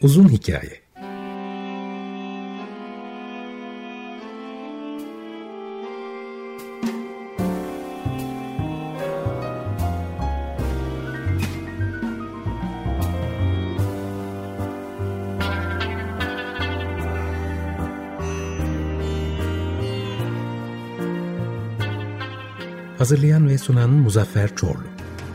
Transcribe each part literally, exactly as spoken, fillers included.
Uzun hikaye. Hazırlayan ve sunan Muzaffer Çorlu.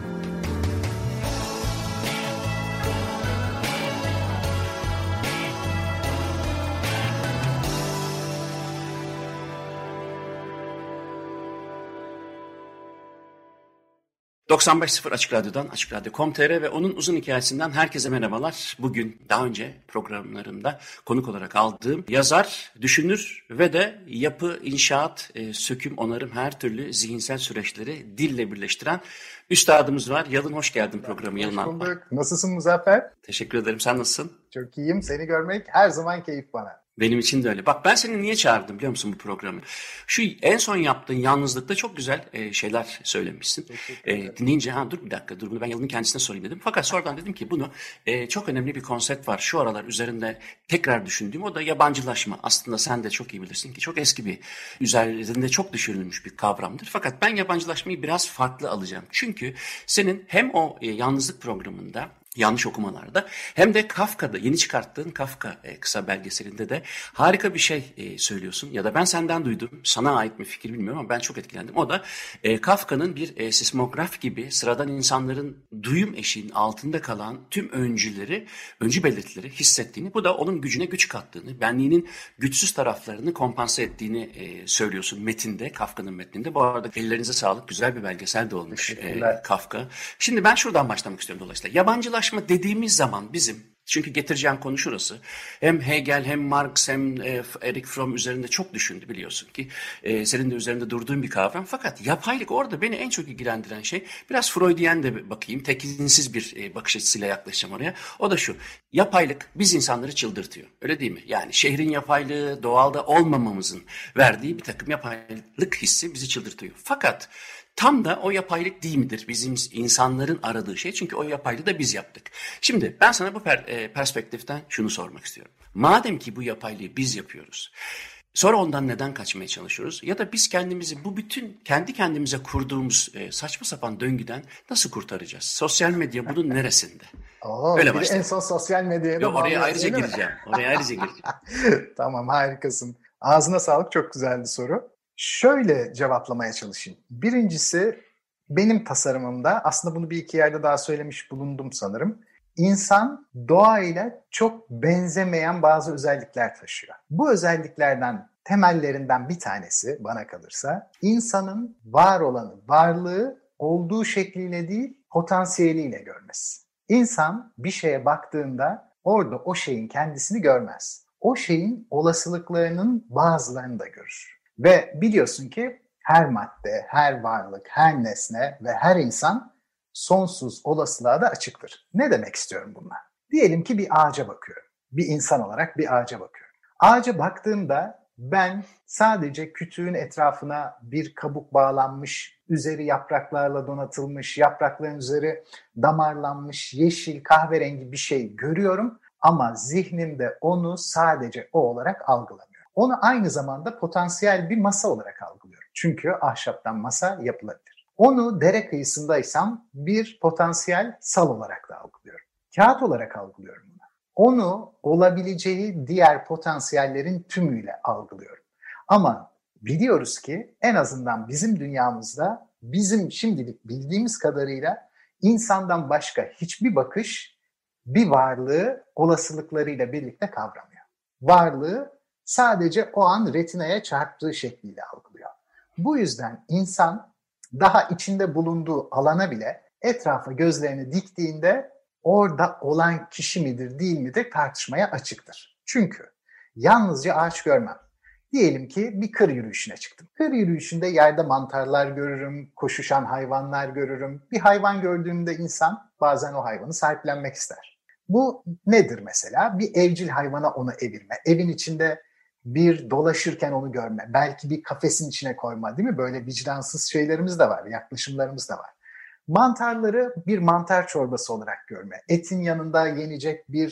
doksan beş nokta sıfır Açık Radyo'dan, Açık Radyo nokta com nokta tr ve onun uzun hikayesinden herkese merhabalar. Bugün daha önce programlarımda konuk olarak aldığım yazar, düşünür ve de yapı, inşaat, e, söküm, onarım her türlü zihinsel süreçleri dille birleştiren üstadımız var. Yalın, hoş geldin programı. Yalın Hoş bulduk. Nasılsın Muzaffer? Teşekkür ederim. Sen nasılsın? Çok iyiyim. Seni görmek her zaman keyif bana. Benim için de öyle. Bak, ben seni niye çağırdım biliyor musun bu programı? Şu en son yaptığın yalnızlıkta çok güzel e, şeyler söylemişsin. E, dinleyince ha dur bir dakika dur bunu ben Yalın'ın kendisine sorayım dedim. Fakat sonradan dedim ki bunu e, çok önemli bir konsept var. Şu aralar üzerinde tekrar düşündüğüm o da yabancılaşma. Aslında sen de çok iyi bilirsin ki çok eski bir üzerinde çok düşünülmüş bir kavramdır. Fakat ben yabancılaşmayı biraz farklı alacağım. Çünkü senin hem o e, yalnızlık programında yanlış okumalarda hem de Kafka'da yeni çıkarttığın Kafka e, kısa belgeselinde de harika bir şey e, söylüyorsun ya da ben senden duydum, sana ait mi fikir bilmiyorum ama ben çok etkilendim. O da e, Kafka'nın bir e, sismograf gibi sıradan insanların duyum eşiğinin altında kalan tüm öncüleri, öncü belirtileri hissettiğini, bu da onun gücüne güç kattığını, benliğinin güçsüz taraflarını kompanse ettiğini e, söylüyorsun metinde, Kafka'nın metninde. Bu arada ellerinize sağlık, güzel bir belgesel de olmuş e, Kafka. Şimdi ben şuradan başlamak istiyorum dolayısıyla. Yabancılaşma dediğimiz zaman bizim, çünkü getireceğim konu şurası, hem Hegel hem Marx hem e, Erich Fromm üzerinde çok düşündü biliyorsun ki, e, senin de üzerinde durduğun bir kavram. Fakat yapaylık orada beni en çok ilgilendiren şey, biraz Freudyen de bakayım, tekinsiz bir e, bakış açısıyla yaklaşacağım oraya. O da şu: yapaylık biz insanları çıldırtıyor, öyle değil mi? Yani şehrin yapaylığı, doğalda olmamamızın verdiği bir takım yapaylık hissi bizi çıldırtıyor. Fakat tam da o yapaylık değil midir bizim insanların aradığı şey? Çünkü o yapaylığı da biz yaptık. Şimdi ben sana bu per, e, perspektiften şunu sormak istiyorum. Madem ki bu yapaylığı biz yapıyoruz, sonra ondan neden kaçmaya çalışıyoruz? Ya da biz kendimizi bu bütün kendi kendimize kurduğumuz e, saçma sapan döngüden nasıl kurtaracağız? Sosyal medya bunun neresinde? Oo, Öyle bir en son sosyal medyaya da Yo, oraya ayrıca gireceğim. Oraya ayrıca gireceğim. Tamam, harikasın. Ağzına sağlık, çok güzeldi soru. Şöyle cevaplamaya çalışayım. Birincisi, benim tasarımımda, aslında bunu bir iki yerde daha söylemiş bulundum sanırım, İnsan doğayla çok benzemeyen bazı özellikler taşıyor. Bu özelliklerden temellerinden bir tanesi bana kalırsa, insanın var olanı, varlığı olduğu şekliyle değil, potansiyeliyle görmesi. İnsan bir şeye baktığında orada o şeyin kendisini görmez. O şeyin olasılıklarının bazılarını da görür. Ve biliyorsun ki her madde, her varlık, her nesne ve her insan sonsuz olasılığa da açıktır. Ne demek istiyorum bununla? Diyelim ki bir ağaca bakıyorum. Bir insan olarak bir ağaca bakıyorum. Ağaca baktığımda ben sadece kütüğün etrafına bir kabuk bağlanmış, üzeri yapraklarla donatılmış, yaprakların üzeri damarlanmış, yeşil, kahverengi bir şey görüyorum. Ama zihnimde onu sadece o olarak algılamıyorum. Onu aynı zamanda potansiyel bir masa olarak algılıyorum. Çünkü ahşaptan masa yapılabilir. Onu dere kıyısındaysam bir potansiyel sal olarak da algılıyorum. Kağıt olarak algılıyorum bunu. Onu olabileceği diğer potansiyellerin tümüyle algılıyorum. Ama biliyoruz ki en azından bizim dünyamızda bizim şimdilik bildiğimiz kadarıyla insandan başka hiçbir bakış bir varlığı olasılıklarıyla birlikte kavramıyor. Varlığı sadece o an retinaya çarptığı şekliyle algılıyor. Bu yüzden insan daha içinde bulunduğu alana bile etrafa gözlerini diktiğinde orada olan kişi midir değil midir tartışmaya açıktır. Çünkü yalnızca ağaç görmem. Diyelim ki bir kır yürüyüşüne çıktım. Kır yürüyüşünde yerde mantarlar görürüm, koşuşan hayvanlar görürüm. Bir hayvan gördüğümde insan bazen o hayvanı sahiplenmek ister. Bu nedir mesela? Bir evcil hayvana onu evirme. Evin içinde bir dolaşırken onu görme. Belki bir kafesin içine koyma, değil mi? Böyle vicdansız şeylerimiz de var, yaklaşımlarımız da var. Mantarları bir mantar çorbası olarak görme. Etin yanında yenecek bir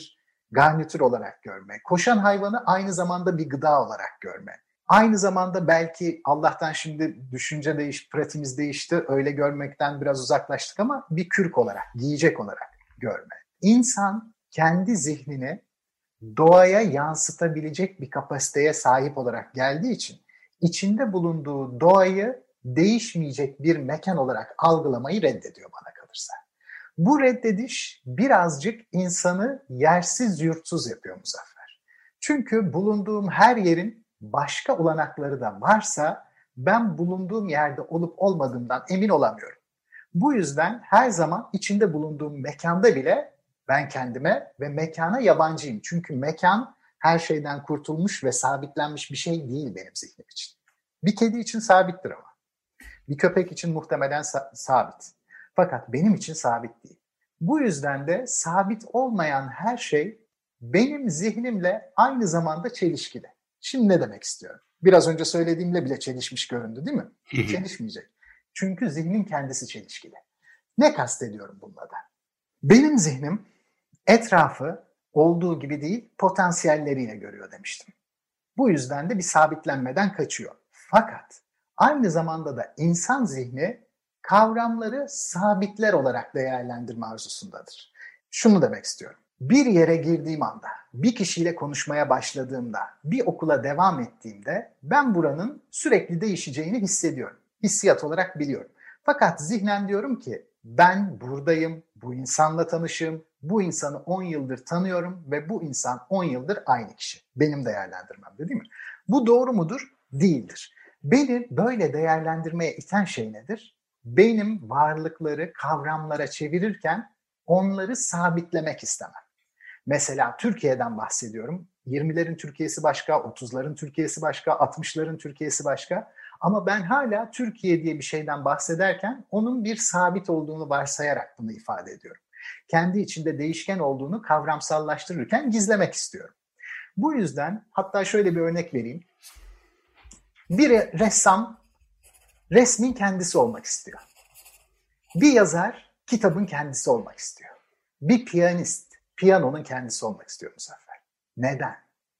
garnitür olarak görme, koşan hayvanı aynı zamanda bir gıda olarak görme. Aynı zamanda belki Allah'tan şimdi düşünce değişti, pratiğimiz değişti, öyle görmekten biraz uzaklaştık ama bir kürk olarak, giyecek olarak görme. İnsan kendi zihnini doğaya yansıtabilecek bir kapasiteye sahip olarak geldiği için içinde bulunduğu doğayı değişmeyecek bir mekan olarak algılamayı reddediyor bana kalırsa. Bu reddediş birazcık insanı yersiz yurtsuz yapıyor Muzaffer. Çünkü bulunduğum her yerin başka olanakları da varsa ben bulunduğum yerde olup olmadığımdan emin olamıyorum. Bu yüzden her zaman içinde bulunduğum mekanda bile ben kendime ve mekana yabancıyım. Çünkü mekan her şeyden kurtulmuş ve sabitlenmiş bir şey değil benim zihnim için. Bir kedi için sabittir ama. Bir köpek için muhtemelen sa- sabit. Fakat benim için sabit değil. Bu yüzden de sabit olmayan her şey benim zihnimle aynı zamanda çelişkili. Şimdi ne demek istiyorum? Biraz önce söylediğimle bile çelişmiş göründü değil mi? Çelişmeyecek. Çünkü zihnin kendisi çelişkili. Ne kastediyorum bununla da? Benim zihnim etrafı olduğu gibi değil, potansiyelleriyle görüyor demiştim. Bu yüzden de bir sabitlenmeden kaçıyor. Fakat aynı zamanda da insan zihni kavramları sabitler olarak değerlendirme arzusundadır. Şunu demek istiyorum. Bir yere girdiğim anda, bir kişiyle konuşmaya başladığımda, bir okula devam ettiğimde ben buranın sürekli değişeceğini hissediyorum. Hissiyat olarak biliyorum. Fakat zihnen diyorum ki ben buradayım, bu insanla tanışım, bu insanı on yıldır tanıyorum ve bu insan on yıldır aynı kişi. Benim değerlendirmemde değil mi? Bu doğru mudur? Değildir. Beni böyle değerlendirmeye iten şey nedir? Benim varlıkları kavramlara çevirirken onları sabitlemek istemem. Mesela Türkiye'den bahsediyorum. yirmilerin Türkiye'si başka, otuzların Türkiye'si başka, altmışların Türkiye'si başka. Ama ben hala Türkiye diye bir şeyden bahsederken onun bir sabit olduğunu varsayarak bunu ifade ediyorum. Kendi içinde değişken olduğunu kavramsallaştırırken gizlemek istiyorum. Bu yüzden hatta şöyle bir örnek vereyim. Bir ressam resmin kendisi olmak istiyor. Bir yazar kitabın kendisi olmak istiyor. Bir piyanist piyanonun kendisi olmak istiyor Muzaffer. Neden?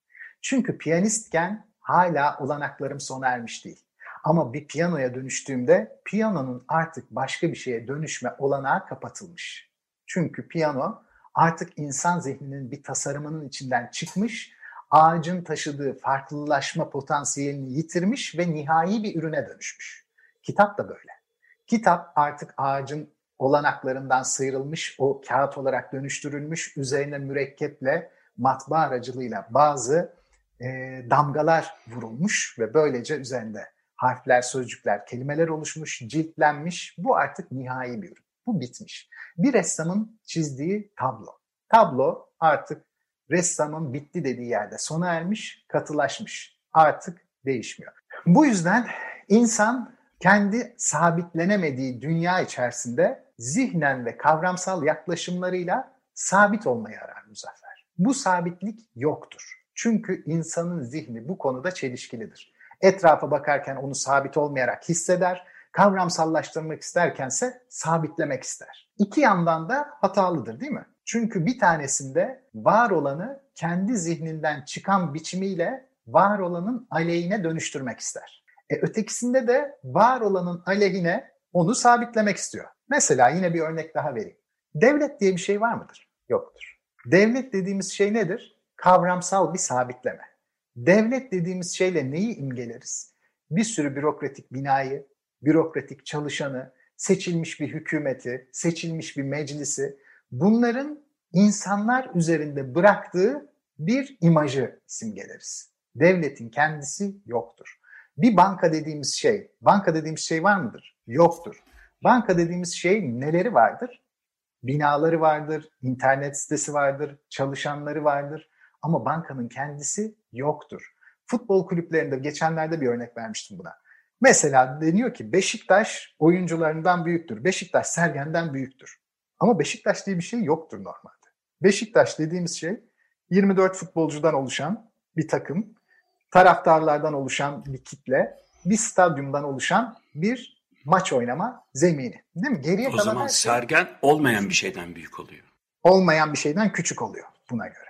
Çünkü piyanistken hala olanaklarım sona ermiş değil. Ama bir piyanoya dönüştüğümde piyanonun artık başka bir şeye dönüşme olanağı kapatılmış. Çünkü piyano artık insan zihninin bir tasarımının içinden çıkmış, ağacın taşıdığı farklılaşma potansiyelini yitirmiş ve nihai bir ürüne dönüşmüş. Kitap da böyle. Kitap artık ağacın olanaklarından sıyrılmış, o kağıt olarak dönüştürülmüş, üzerine mürekkeple, matbaa aracılığıyla bazı e, damgalar vurulmuş ve böylece üzerinde harfler, sözcükler, kelimeler oluşmuş, ciltlenmiş. Bu artık nihai bir ürün. Bu bitmiş. Bir ressamın çizdiği tablo. Tablo artık ressamın bitti dediği yerde sona ermiş, katılaşmış. Artık değişmiyor. Bu yüzden insan kendi sabitlenemediği dünya içerisinde zihnen ve kavramsal yaklaşımlarıyla sabit olmayı arar Muzaffer. Bu sabitlik yoktur. Çünkü insanın zihni bu konuda çelişkilidir. Etrafa bakarken onu sabit olmayarak hisseder, kavramsallaştırmak isterkense sabitlemek ister. İki yandan da hatalıdır değil mi? Çünkü bir tanesinde var olanı kendi zihninden çıkan biçimiyle var olanın aleyhine dönüştürmek ister. E, ötekisinde de var olanın aleyhine onu sabitlemek istiyor. Mesela yine bir örnek daha vereyim. Devlet diye bir şey var mıdır? Yoktur. Devlet dediğimiz şey nedir? Kavramsal bir sabitleme. Devlet dediğimiz şeyle neyi imgeleriz? Bir sürü bürokratik binayı, bürokratik çalışanı, seçilmiş bir hükümeti, seçilmiş bir meclisi, bunların insanlar üzerinde bıraktığı bir imajı simgeleriz. Devletin kendisi yoktur. Bir banka dediğimiz şey, banka dediğimiz şey var mıdır? Yoktur. Banka dediğimiz şey neleri vardır? Binaları vardır, internet sitesi vardır, çalışanları vardır. Ama bankanın kendisi yoktur. Futbol kulüplerinde geçenlerde bir örnek vermiştim buna. Mesela deniyor ki Beşiktaş oyuncularından büyüktür. Beşiktaş Sergen'den büyüktür. Ama Beşiktaş diye bir şey yoktur normalde. Beşiktaş dediğimiz şey yirmi dört futbolcudan oluşan bir takım, taraftarlardan oluşan bir kitle, bir stadyumdan oluşan bir maç oynama zemini. Değil mi? Geriye O kalan zaman her şey Sergen olmayan bir şeyden büyük oluyor. olmayan bir şeyden küçük oluyor buna göre.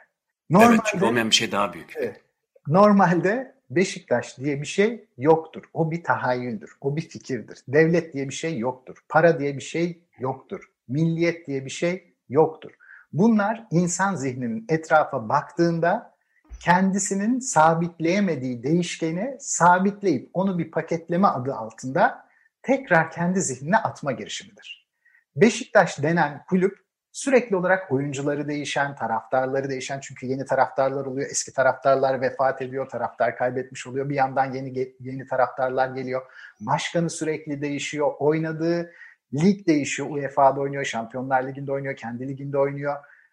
Normalde, evet, çünkü olmayan bir şey daha büyük. Evet, normalde Beşiktaş diye bir şey yoktur. O bir tahayyüldür. O bir fikirdir. Devlet diye bir şey yoktur. Para diye bir şey yoktur. Milliyet diye bir şey yoktur. Bunlar insan zihninin etrafa baktığında kendisinin sabitleyemediği değişkeni sabitleyip onu bir paketleme adı altında tekrar kendi zihnine atma girişimidir. Beşiktaş denen kulüp sürekli olarak oyuncuları değişen, taraftarları değişen, çünkü yeni taraftarlar oluyor, eski taraftarlar vefat ediyor, taraftar kaybetmiş oluyor. Bir yandan yeni yeni taraftarlar geliyor. Başkanı sürekli değişiyor, oynadığı lig değişiyor. U E F A'da oynuyor, Şampiyonlar Ligi'nde oynuyor, kendi liginde oynuyor.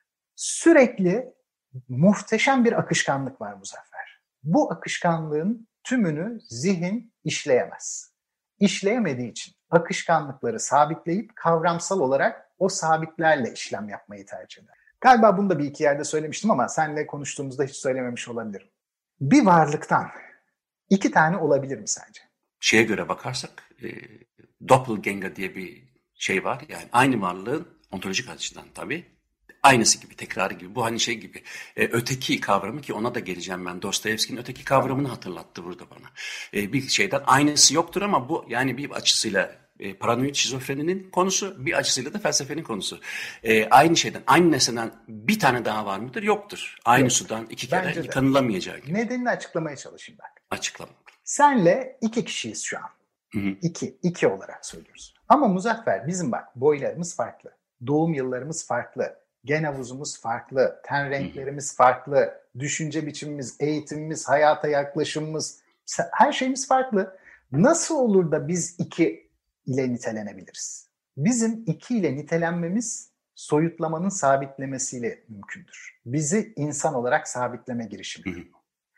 Sürekli muhteşem bir akışkanlık var Muzaffer. Bu akışkanlığın tümünü zihin işleyemez. İşleyemediği için akışkanlıkları sabitleyip kavramsal olarak o sabitlerle işlem yapmayı tercih eder. Galiba bunu da bir iki yerde söylemiştim ama seninle konuştuğumuzda hiç söylememiş olabilirim. Bir varlıktan iki tane olabilir mi sence? Şeye göre bakarsak e, doppelganger diye bir şey var. Yani aynı varlığın ontolojik açıdan tabii aynısı gibi, tekrarı gibi. Bu hani şey gibi. E, öteki kavramı, ki ona da geleceğim ben. Dostoyevski'nin öteki kavramını hatırlattı burada bana. E, bir şeyden aynısı yoktur ama bu yani bir açısıyla e, paranoid şizofreninin konusu, bir açısıyla da felsefenin konusu. E, aynı şeyden, aynı nesneden bir tane daha var mıdır? Yoktur. Aynı Yok. Sudan iki kere Bence yıkanılamayacağı gibi. Nedenini açıklamaya çalışayım ben. Açıklama. Senle iki kişiyiz şu an. Hı hı. İki, iki olarak söylüyoruz. Ama Muzaffer, bizim bak boylarımız farklı. Doğum yıllarımız farklı. Gen havuzumuz farklı, ten renklerimiz farklı, düşünce biçimimiz, eğitimimiz, hayata yaklaşımımız, her şeyimiz farklı. Nasıl olur da biz iki ile nitelenebiliriz? Bizim iki ile nitelenmemiz soyutlamanın sabitlemesiyle mümkündür. Bizi insan olarak sabitleme girişimi.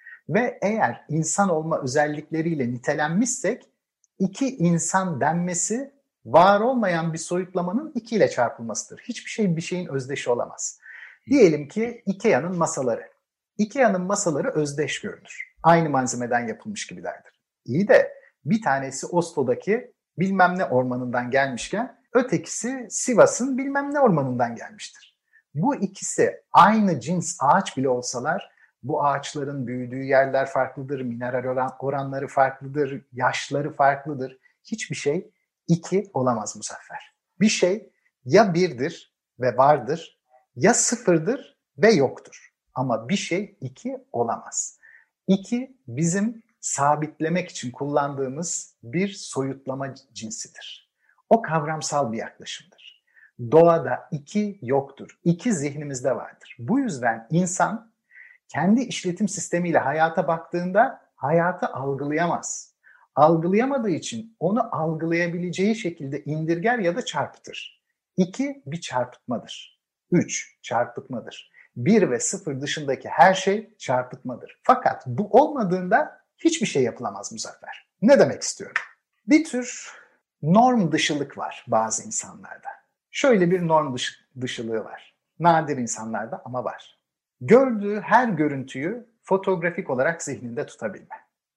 Ve eğer insan olma özellikleriyle nitelenmişsek, iki insan denmesi var olmayan bir soyutlamanın iki ile çarpılmasıdır. Hiçbir şey bir şeyin özdeşi olamaz. Diyelim ki Ikea'nın masaları. Ikea'nın masaları özdeş görünür. Aynı malzemeden yapılmış gibilerdir. İyi de bir tanesi Oslo'daki bilmem ne ormanından gelmişken ötekisi Sivas'ın bilmem ne ormanından gelmiştir. Bu ikisi aynı cins ağaç bile olsalar bu ağaçların büyüdüğü yerler farklıdır, mineral oranları farklıdır, yaşları farklıdır. Hiçbir şey İki olamaz Muzaffer. Bir şey ya birdir ve vardır, ya sıfırdır ve yoktur. Ama bir şey iki olamaz. İki bizim sabitlemek için kullandığımız bir soyutlama cinsidir. O kavramsal bir yaklaşımdır. Doğada iki yoktur. İki zihnimizde vardır. Bu yüzden insan kendi işletim sistemiyle hayata baktığında hayatı algılayamaz. Algılayamadığı için onu algılayabileceği şekilde indirger ya da çarpıtır. İki bir çarpıtmadır. Üç çarpıtmadır. Bir ve sıfır dışındaki her şey çarpıtmadır. Fakat bu olmadığında hiçbir şey yapılamaz Muzaffer. Ne demek istiyorum? Bir tür norm dışılık var bazı insanlarda. Şöyle bir norm dışı, dışılığı var. Nadir insanlarda ama var. Gördüğü her görüntüyü fotoğrafik olarak zihninde tutabilme.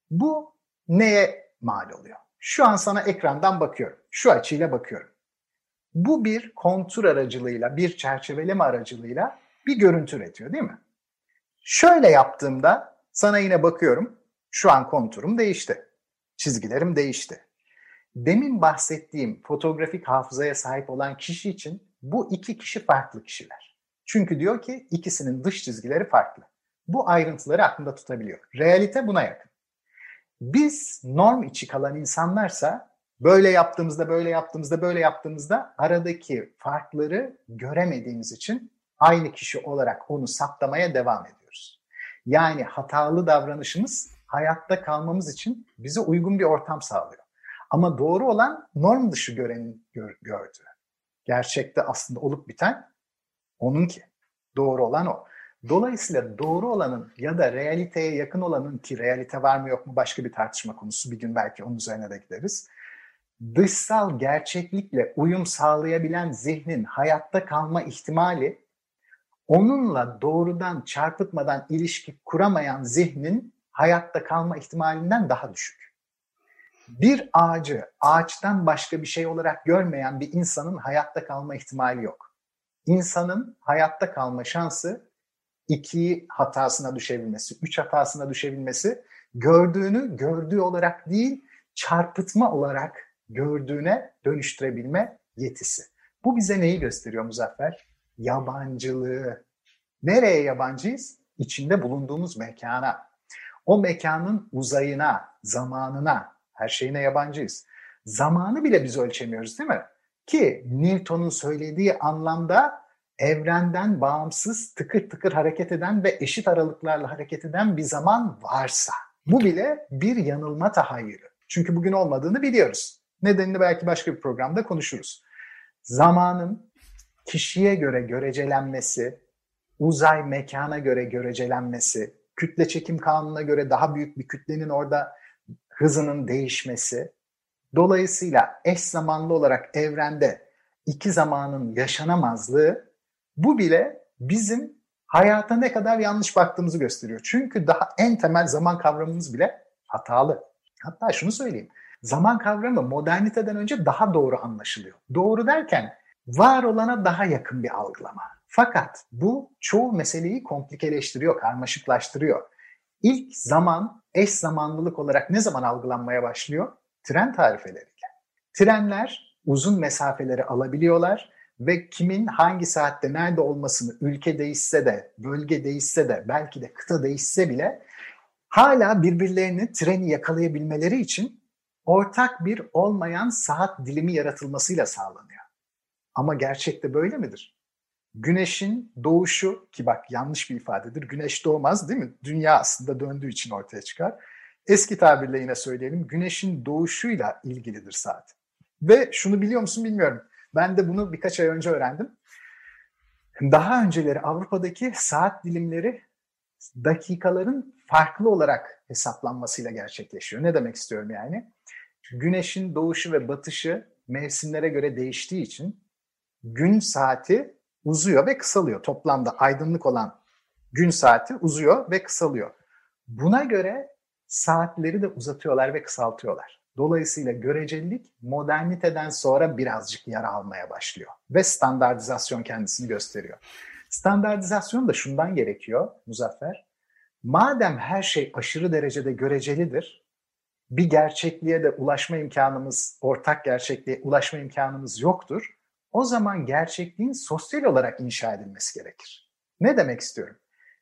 Bu neye mal oluyor? Şu an sana ekrandan bakıyorum. Şu açıyla bakıyorum. Bu bir kontur aracılığıyla, bir çerçeveleme aracılığıyla bir görüntü üretiyor değil mi? Şöyle yaptığımda sana yine bakıyorum. Şu an konturum değişti. Çizgilerim değişti. Demin bahsettiğim fotoğrafik hafızaya sahip olan kişi için bu iki kişi farklı kişiler. Çünkü diyor ki ikisinin dış çizgileri farklı. Bu ayrıntıları aklında tutabiliyor. Realite buna yakın. Biz norm içi kalan insanlarsa böyle yaptığımızda, böyle yaptığımızda, böyle yaptığımızda aradaki farkları göremediğimiz için aynı kişi olarak onu saptamaya devam ediyoruz. Yani hatalı davranışımız hayatta kalmamız için bize uygun bir ortam sağlıyor. Ama doğru olan norm dışı görenin gör, gördüğü. Gerçekte aslında olup biten onunki. Doğru olan o. Dolayısıyla doğru olanın ya da realiteye yakın olanın, ki realite var mı yok mu başka bir tartışma konusu. Bir gün belki onun üzerine de gideriz. Dışsal gerçeklikle uyum sağlayabilen zihnin hayatta kalma ihtimali, onunla doğrudan çarpıtmadan ilişki kuramayan zihnin hayatta kalma ihtimalinden daha düşük. Bir ağacı ağaçtan başka bir şey olarak görmeyen bir insanın hayatta kalma ihtimali yok. İnsanın hayatta kalma şansı iki hatasına düşebilmesi, üç hatasına düşebilmesi, gördüğünü gördüğü olarak değil, çarpıtma olarak gördüğüne dönüştürebilme yetisi. Bu bize neyi gösteriyor Muzaffer? Yabancılığı. Nereye yabancıyız? İçinde bulunduğumuz mekana. O mekanın uzayına, zamanına, her şeyine yabancıyız. Zamanı bile biz ölçemiyoruz değil mi? Ki Newton'un söylediği anlamda evrenden bağımsız, tıkır tıkır hareket eden ve eşit aralıklarla hareket eden bir zaman varsa. Bu bile bir yanılma tahayyülü. Çünkü bugün olmadığını biliyoruz. Nedenini belki başka bir programda konuşuruz. Zamanın kişiye göre görecelenmesi, uzay mekana göre görecelenmesi, kütle çekim kanununa göre daha büyük bir kütlenin orada hızının değişmesi, dolayısıyla eş zamanlı olarak evrende iki zamanın yaşanamazlığı, bu bile bizim hayata ne kadar yanlış baktığımızı gösteriyor. Çünkü daha en temel zaman kavramımız bile hatalı. Hatta şunu söyleyeyim, zaman kavramı moderniteden önce daha doğru anlaşılıyor. Doğru derken var olana daha yakın bir algılama. Fakat bu çoğu meseleyi komplikeleştiriyor, karmaşıklaştırıyor. İlk zaman eş zamanlılık olarak ne zaman algılanmaya başlıyor? Tren tarifeleriyle. Trenler uzun mesafeleri alabiliyorlar ve kimin hangi saatte nerede olmasını ülke değişse de, bölge değişse de, belki de kıta değişse bile hala birbirlerini, treni yakalayabilmeleri için ortak bir olmayan saat dilimi yaratılmasıyla sağlanıyor. Ama gerçekte böyle midir? Güneşin doğuşu, ki bak yanlış bir ifadedir, güneş doğmaz değil mi? Dünya aslında döndüğü için ortaya çıkar. Eski tabirle yine söyleyelim, güneşin doğuşuyla ilgilidir saat. Ve şunu biliyor musun bilmiyorum. Ben de bunu birkaç ay önce öğrendim. Daha önceleri Avrupa'daki saat dilimleri dakikaların farklı olarak hesaplanmasıyla gerçekleşiyor. Ne demek istiyorum yani? Güneşin doğuşu ve batışı mevsimlere göre değiştiği için gün saati uzuyor ve kısalıyor. Toplamda aydınlık olan gün saati uzuyor ve kısalıyor. Buna göre saatleri de uzatıyorlar ve kısaltıyorlar. Dolayısıyla görecelilik moderniteden sonra birazcık yara almaya başlıyor. Ve standartizasyon kendisini gösteriyor. Standartizasyon da şundan gerekiyor Muzaffer. Madem her şey aşırı derecede görecelidir, bir gerçekliğe de ulaşma imkanımız, ortak gerçekliğe ulaşma imkanımız yoktur. O zaman gerçekliğin sosyal olarak inşa edilmesi gerekir. Ne demek istiyorum?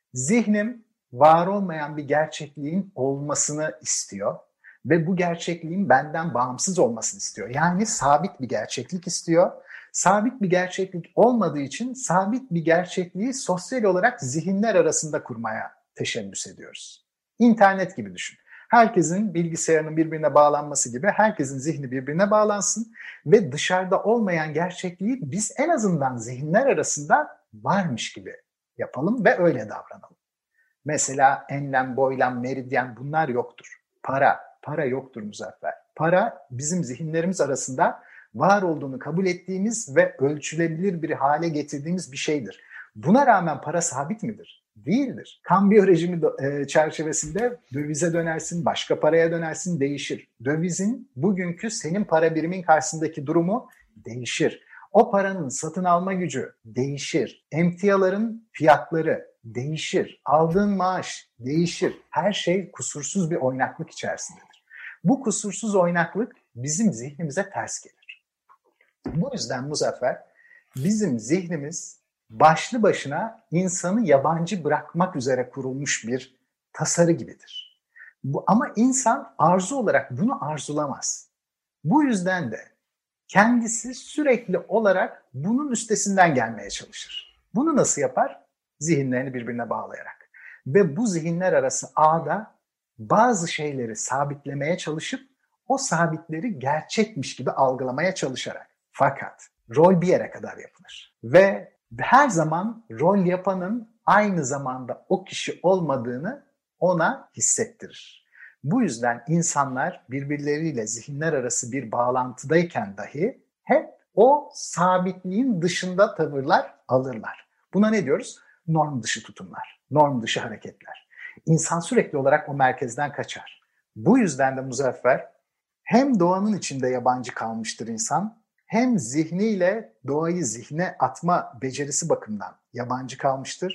Zihnim var olmayan bir gerçekliğin olmasını istiyor ve bu gerçekliğin benden bağımsız olmasını istiyor. Yani sabit bir gerçeklik istiyor. Sabit bir gerçeklik olmadığı için sabit bir gerçekliği sosyal olarak zihinler arasında kurmaya teşebbüs ediyoruz. İnternet gibi düşün. Herkesin bilgisayarının birbirine bağlanması gibi herkesin zihni birbirine bağlansın ve dışarıda olmayan gerçekliği biz en azından zihinler arasında varmış gibi yapalım ve öyle davranalım. Mesela enlem, boylam, meridyen bunlar yoktur. Para, para yoktur Muzaffer. Para bizim zihinlerimiz arasında var olduğunu kabul ettiğimiz ve ölçülebilir bir hale getirdiğimiz bir şeydir. Buna rağmen para sabit midir? Değildir. Kambiyo rejimi çerçevesinde dövize dönersin, başka paraya dönersin, değişir. Dövizin bugünkü senin para birimin karşısındaki durumu değişir. O paranın satın alma gücü değişir. Emtiaların fiyatları değişir. Aldığın maaş değişir. Her şey kusursuz bir oynaklık içerisindedir. Bu kusursuz oynaklık bizim zihnimize ters gelir. Bu yüzden Muzaffer, bizim zihnimiz başlı başına insanı yabancı bırakmak üzere kurulmuş bir tasarı gibidir. Bu, ama insan arzu olarak bunu arzulamaz. Bu yüzden de kendisi sürekli olarak bunun üstesinden gelmeye çalışır. Bunu nasıl yapar? Zihinlerini birbirine bağlayarak. Ve bu zihinler arası ağda bazı şeyleri sabitlemeye çalışıp o sabitleri gerçekmiş gibi algılamaya çalışarak. Fakat rol bir yere kadar yapılır. Ve her zaman rol yapanın aynı zamanda o kişi olmadığını ona hissettirir. Bu yüzden insanlar birbirleriyle zihinler arası bir bağlantıdayken dahi hep o sabitliğin dışında tavırlar alırlar. Buna ne diyoruz? Norm dışı tutumlar, norm dışı hareketler. İnsan sürekli olarak o merkezden kaçar. Bu yüzden de Muzaffer hem doğanın içinde yabancı kalmıştır insan, hem zihniyle doğayı zihne atma becerisi bakımından yabancı kalmıştır.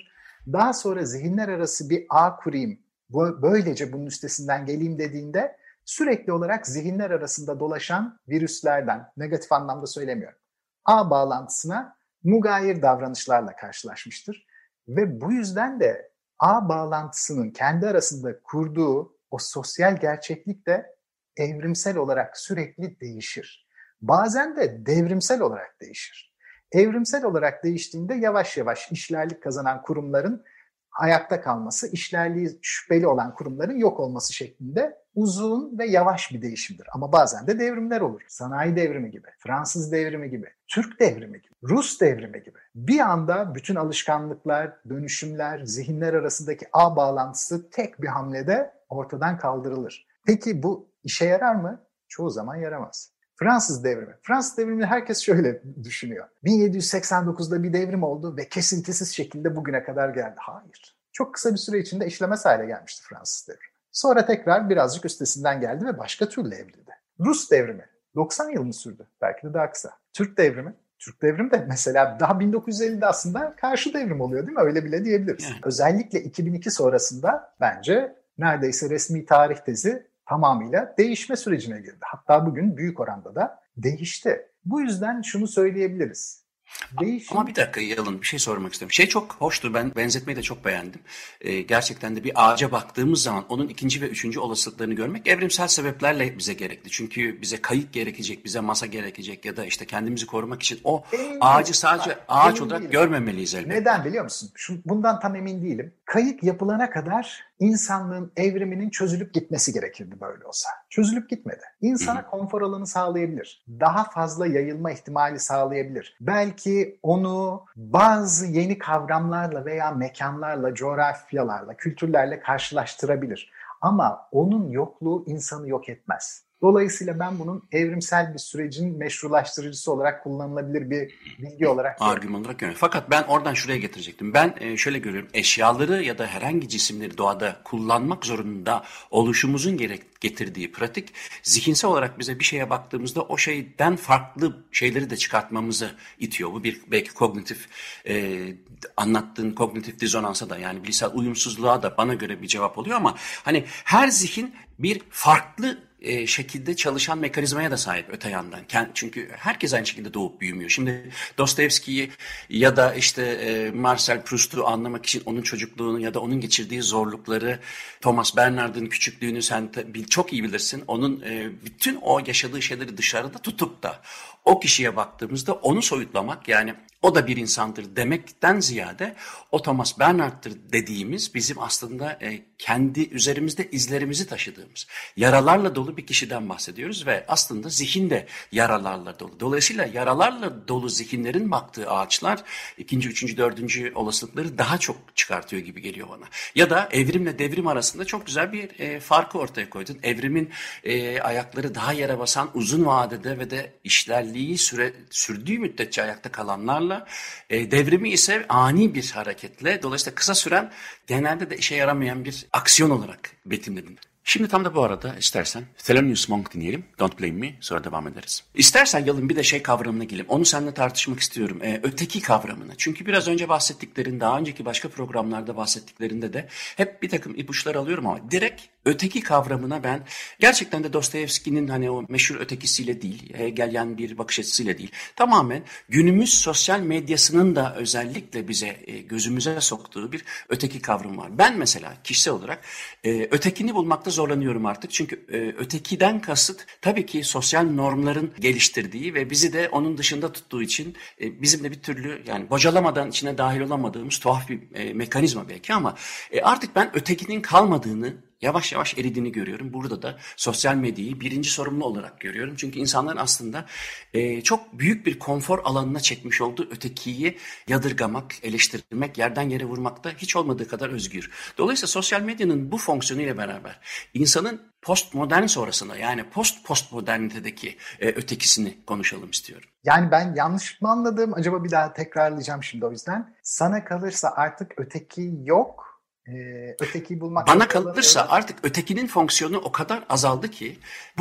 Daha sonra zihinler arası bir ağ kurayım, böylece bunun üstesinden geleyim dediğinde sürekli olarak zihinler arasında dolaşan virüslerden, negatif anlamda söylemiyorum, ağ bağlantısına mugayir davranışlarla karşılaşmıştır. Ve bu yüzden de ağ bağlantısının kendi arasında kurduğu o sosyal gerçeklik de evrimsel olarak sürekli değişir. Bazen de devrimsel olarak değişir. Evrimsel olarak değiştiğinde yavaş yavaş işlerlik kazanan kurumların ayakta kalması, işlerliği şüpheli olan kurumların yok olması şeklinde uzun ve yavaş bir değişimdir. Ama bazen de devrimler olur. Sanayi devrimi gibi, Fransız devrimi gibi, Türk devrimi gibi, Rus devrimi gibi. Bir anda bütün alışkanlıklar, dönüşümler, zihinler arasındaki ağ bağlantısı tek bir hamlede ortadan kaldırılır. Peki bu işe yarar mı? Çoğu zaman yaramaz. Fransız devrimi. Fransız devrimini herkes şöyle düşünüyor. bin yedi yüz seksen dokuzda bir devrim oldu ve kesintisiz şekilde bugüne kadar geldi. Hayır. Çok kısa bir süre içinde işlemez hale gelmişti Fransız devrimi. Sonra tekrar birazcık üstesinden geldi ve başka türlü evrildi. Rus devrimi. doksan yıl mı sürdü? Belki de daha kısa. Türk devrimi. Türk devrimi de mesela daha bin dokuz yüz ellide aslında karşı devrim oluyor değil mi? Öyle bile diyebiliriz. Yani. Özellikle iki bin iki sonrasında bence neredeyse resmi tarih tezi tamamıyla değişme sürecine girdi. Hatta bugün büyük oranda da değişti. Bu yüzden şunu söyleyebiliriz. Değişim... Ama bir dakika Yalın, bir şey sormak istiyorum. Şey çok hoştu, ben benzetmeyi de çok beğendim. Ee, gerçekten de bir ağaca baktığımız zaman onun ikinci ve üçüncü olasılıklarını görmek evrimsel sebeplerle bize gerekli. Çünkü bize kayık gerekecek, bize masa gerekecek ya da işte kendimizi korumak için o emin ağacı değilim. Sadece Bak, ağaç olarak değilim. Görmemeliyiz elbette. Neden biliyor musun? Şu, bundan tam emin değilim. Kayık yapılana kadar insanlığın evriminin çözülüp gitmesi gerekirdi böyle olsa. Çözülüp gitmedi. İnsana Hı-hı. konfor alanı sağlayabilir. Daha fazla yayılma ihtimali sağlayabilir. Belki onu bazı yeni kavramlarla veya mekanlarla, coğrafyalarla, kültürlerle karşılaştırabilir. Ama onun yokluğu insanı yok etmez. Dolayısıyla ben bunun evrimsel bir sürecin meşrulaştırıcısı olarak kullanılabilir bir bilgi olarak görüyorum. Argüman olarak görüyorum. Fakat ben oradan şuraya getirecektim. Ben şöyle görüyorum. Eşyaları ya da herhangi cisimleri doğada kullanmak zorunda oluşumuzun gerek getirdiği pratik, zihinsel olarak bize bir şeye baktığımızda o şeyden farklı şeyleri de çıkartmamızı itiyor. Bu bir belki kognitif e, anlattığın kognitif dizonansa da, yani bilişsel uyumsuzluğa da bana göre bir cevap oluyor ama hani her zihin bir farklı e, şekilde çalışan mekanizmaya da sahip öte yandan. Çünkü herkes aynı şekilde doğup büyümüyor. Şimdi Dostoyevski'yi ya da işte e, Marcel Proust'u anlamak için onun çocukluğunu ya da onun geçirdiği zorlukları, Thomas Bernhard'ın küçüklüğünü sen çok iyi bilirsin. Onun e, bütün o yaşadığı şeyleri dışarıda tutup da o kişiye baktığımızda onu soyutlamak, yani o da bir insandır demekten ziyade o Thomas Bernhard'tır dediğimiz bizim aslında e, kendi üzerimizde izlerimizi taşıdığımız, yaralarla dolu bir kişiden bahsediyoruz ve aslında zihin de yaralarla dolu. Dolayısıyla yaralarla dolu zihinlerin baktığı ağaçlar ikinci, üçüncü, dördüncü olasılıkları daha çok çıkartıyor gibi geliyor bana. Ya da evrimle devrim arasında çok güzel bir e, farkı ortaya koydun. Evrimin e, ayakları daha yere basan, uzun vadede ve de işlerliği süre, sürdüğü müddetçe ayakta kalanlarla, E, devrimi ise ani bir hareketle, dolayısıyla kısa süren, genelde de işe yaramayan bir aksiyon olarak betimledin. Şimdi tam da bu arada istersen Thelonious Monk dinleyelim. Don't Blame Me, sonra devam ederiz. İstersen Yalın bir de şey kavramına girelim. Onu seninle tartışmak istiyorum. Ee, öteki kavramını. Çünkü biraz önce bahsettiklerin, daha önceki başka programlarda bahsettiklerinde de hep bir takım ipuçları alıyorum ama direkt öteki kavramına ben gerçekten de Dostoyevski'nin hani o meşhur ötekisiyle değil, Hegelian bir bakış açısıyla değil, tamamen günümüz sosyal medyasının da özellikle bize e, gözümüze soktuğu bir öteki kavram var. Ben mesela kişisel olarak e, ötekini bulmakta zorlanıyorum artık. Çünkü e, ötekiden kasıt tabii ki sosyal normların geliştirdiği ve bizi de onun dışında tuttuğu için e, bizim de bir türlü, yani bocalamadan içine dahil olamadığımız tuhaf bir e, mekanizma belki ama e, artık ben ötekinin kalmadığını, yavaş yavaş eridiğini görüyorum. Burada da sosyal medyayı birinci sorumlu olarak görüyorum. Çünkü insanların aslında e, çok büyük bir konfor alanına çekmiş olduğu ötekiyi yadırgamak, eleştirmek, yerden yere vurmakta hiç olmadığı kadar özgür. Dolayısıyla sosyal medyanın bu fonksiyonuyla beraber insanın postmodern sonrasında, yani post postmodernitedeki e, ötekisini konuşalım istiyorum. Yani ben yanlış mı anladım? Acaba bir daha tekrarlayacağım şimdi o yüzden. Sana kalırsa artık öteki yok. Ee, ötekiyi bulmak... Bana kalırsa öyle... artık ötekinin fonksiyonu o kadar azaldı ki bu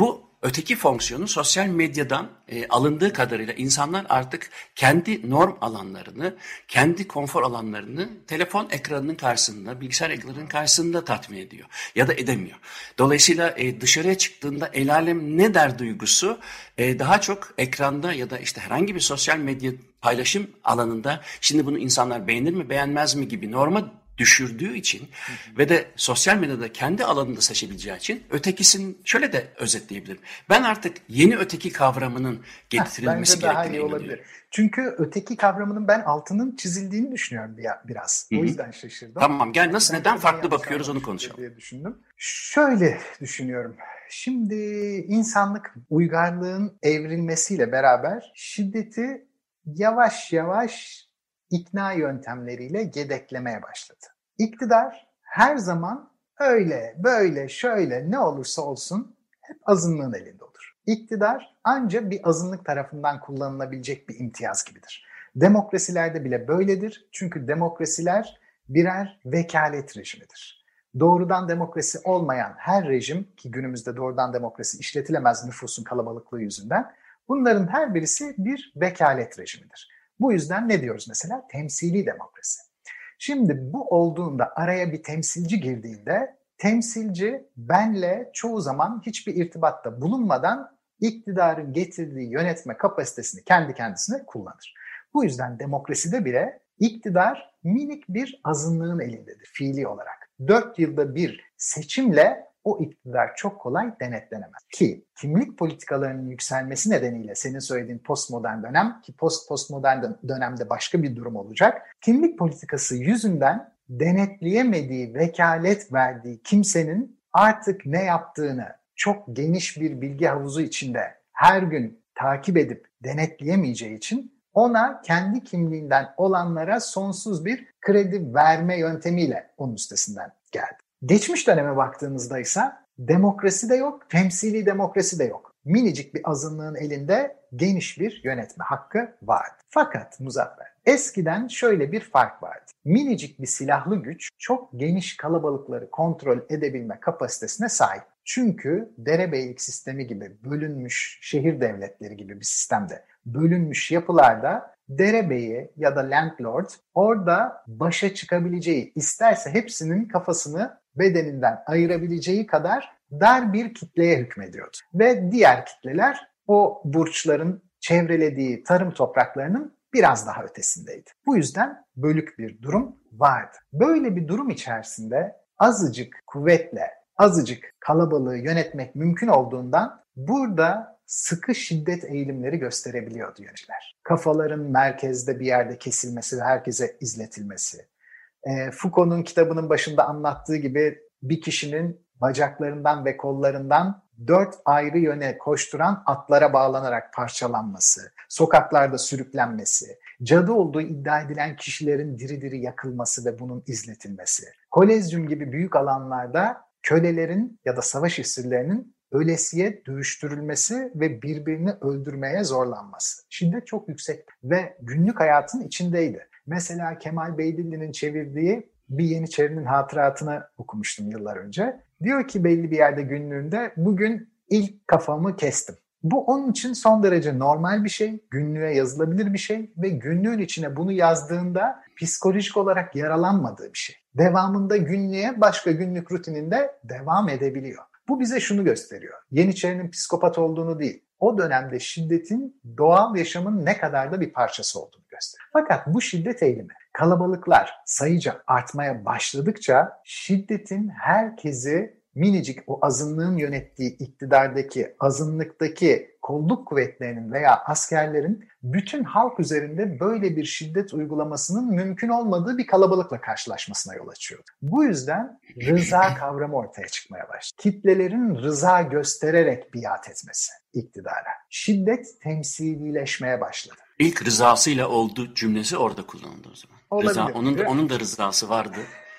öteki fonksiyonu sosyal medyadan e, alındığı kadarıyla insanlar artık kendi norm alanlarını, kendi konfor alanlarını telefon ekranının karşısında, bilgisayar ekranının karşısında tatmin ediyor ya da edemiyor. Dolayısıyla e, dışarıya çıktığında el alem ne der duygusu e, daha çok ekranda ya da işte herhangi bir sosyal medya paylaşım alanında şimdi bunu insanlar beğenir mi beğenmez mi gibi norma düşürdüğü için hı hı. ve de sosyal medyada kendi alanında seçebileceği için ötekisini şöyle de özetleyebilirim. Ben artık yeni öteki kavramının getirilmesi gerektiğine inanıyorum. Çünkü öteki kavramının ben altının çizildiğini düşünüyorum biraz. Hı hı. O yüzden şaşırdım. Tamam gel nasıl ben neden farklı bakıyoruz onu konuşalım. Diye düşündüm. Şöyle düşünüyorum. Şimdi insanlık uygarlığın evrilmesiyle beraber şiddeti yavaş yavaş ikna yöntemleriyle yedeklemeye başladı. İktidar her zaman öyle, böyle, şöyle ne olursa olsun hep azınlığın elinde olur. İktidar ancak bir azınlık tarafından kullanılabilecek bir imtiyaz gibidir. Demokrasilerde bile böyledir. Çünkü demokrasiler birer vekalet rejimidir. Doğrudan demokrasi olmayan her rejim, ki günümüzde doğrudan demokrasi işletilemez nüfusun kalabalıklığı yüzünden, bunların her birisi bir vekalet rejimidir. Bu yüzden ne diyoruz mesela? Temsili demokrasi. Şimdi bu olduğunda araya bir temsilci girdiğinde temsilci benle çoğu zaman hiçbir irtibatta bulunmadan iktidarın getirdiği yönetme kapasitesini kendi kendisine kullanır. Bu yüzden demokraside bile iktidar minik bir azınlığın elindedir fiili olarak. Dört yılda bir seçimle o iktidar çok kolay denetlenemez. Ki kimlik politikalarının yükselmesi nedeniyle senin söylediğin postmodern dönem, ki post postmodern dönemde başka bir durum olacak. Kimlik politikası yüzünden denetleyemediği, vekalet verdiği kimsenin artık ne yaptığını çok geniş bir bilgi havuzu içinde her gün takip edip denetleyemeyeceği için ona kendi kimliğinden olanlara sonsuz bir kredi verme yöntemiyle onun üstesinden geldi. Geçmiş döneme baktığınızda ise demokrasi de yok, temsili demokrasi de yok. Minicik bir azınlığın elinde geniş bir yönetme hakkı vardı. Fakat Muzaffer, eskiden şöyle bir fark vardı. Minicik bir silahlı güç çok geniş kalabalıkları kontrol edebilme kapasitesine sahip. Çünkü derebeylik sistemi gibi bölünmüş şehir devletleri gibi bir sistemde bölünmüş yapılarda derebeyi ya da landlord orada başa çıkabileceği, isterse hepsinin kafasını bedeninden ayırabileceği kadar dar bir kitleye hükmediyordu. Ve diğer kitleler o burçların çevrelediği tarım topraklarının biraz daha ötesindeydi. Bu yüzden bölük bir durum vardı. Böyle bir durum içerisinde azıcık kuvvetle, azıcık kalabalığı yönetmek mümkün olduğundan burada sıkı şiddet eğilimleri gösterebiliyordu yöneticiler. Kafaların merkezde bir yerde kesilmesi ve herkese izletilmesi. E, Foucault'un kitabının başında anlattığı gibi bir kişinin bacaklarından ve kollarından dört ayrı yöne koşturan atlara bağlanarak parçalanması, sokaklarda sürüklenmesi, cadı olduğu iddia edilen kişilerin diri diri yakılması ve bunun izletilmesi, Kolezyum gibi büyük alanlarda kölelerin ya da savaş esirlerinin ölesiye dövüştürülmesi ve birbirini öldürmeye zorlanması. Şiddet çok yüksek ve günlük hayatın içindeydi. Mesela Kemal Beydilli'nin çevirdiği bir Yeniçerinin hatıratını okumuştum yıllar önce. Diyor ki belli bir yerde günlüğünde bugün ilk kafamı kestim. Bu onun için son derece normal bir şey, günlüğe yazılabilir bir şey ve günlüğün içine bunu yazdığında psikolojik olarak yaralanmadığı bir şey. Devamında günlüğe başka günlük rutininde devam edebiliyor. Bu bize şunu gösteriyor. Yeniçerinin psikopat olduğunu değil, o dönemde şiddetin doğal yaşamın ne kadar da bir parçası olduğunu gösteriyor. Fakat bu şiddet eğilimi kalabalıklar sayıca artmaya başladıkça şiddetin herkesi minicik o azınlığın yönettiği iktidardaki, azınlıktaki kolluk kuvvetlerinin veya askerlerin bütün halk üzerinde böyle bir şiddet uygulamasının mümkün olmadığı bir kalabalıkla karşılaşmasına yol açıyordu. Bu yüzden rıza kavramı ortaya çıkmaya başladı. Kitlelerin rıza göstererek biat etmesi iktidara. Şiddet temsilileşmeye başladı. İlk rızasıyla oldu cümlesi orada kullanıldı o zaman. Olabilir. Rıza, onun da, onun da rızası vardı.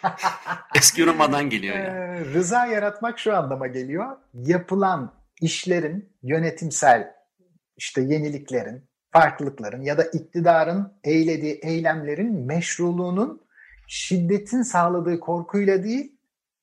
Eski Roma'dan geliyor yani. Ee, rıza yaratmak şu anlama geliyor. Yapılan işlerin, yönetimsel işte yeniliklerin, farklılıkların ya da iktidarın eylediği eylemlerin meşruluğunun şiddetin sağladığı korkuyla değil,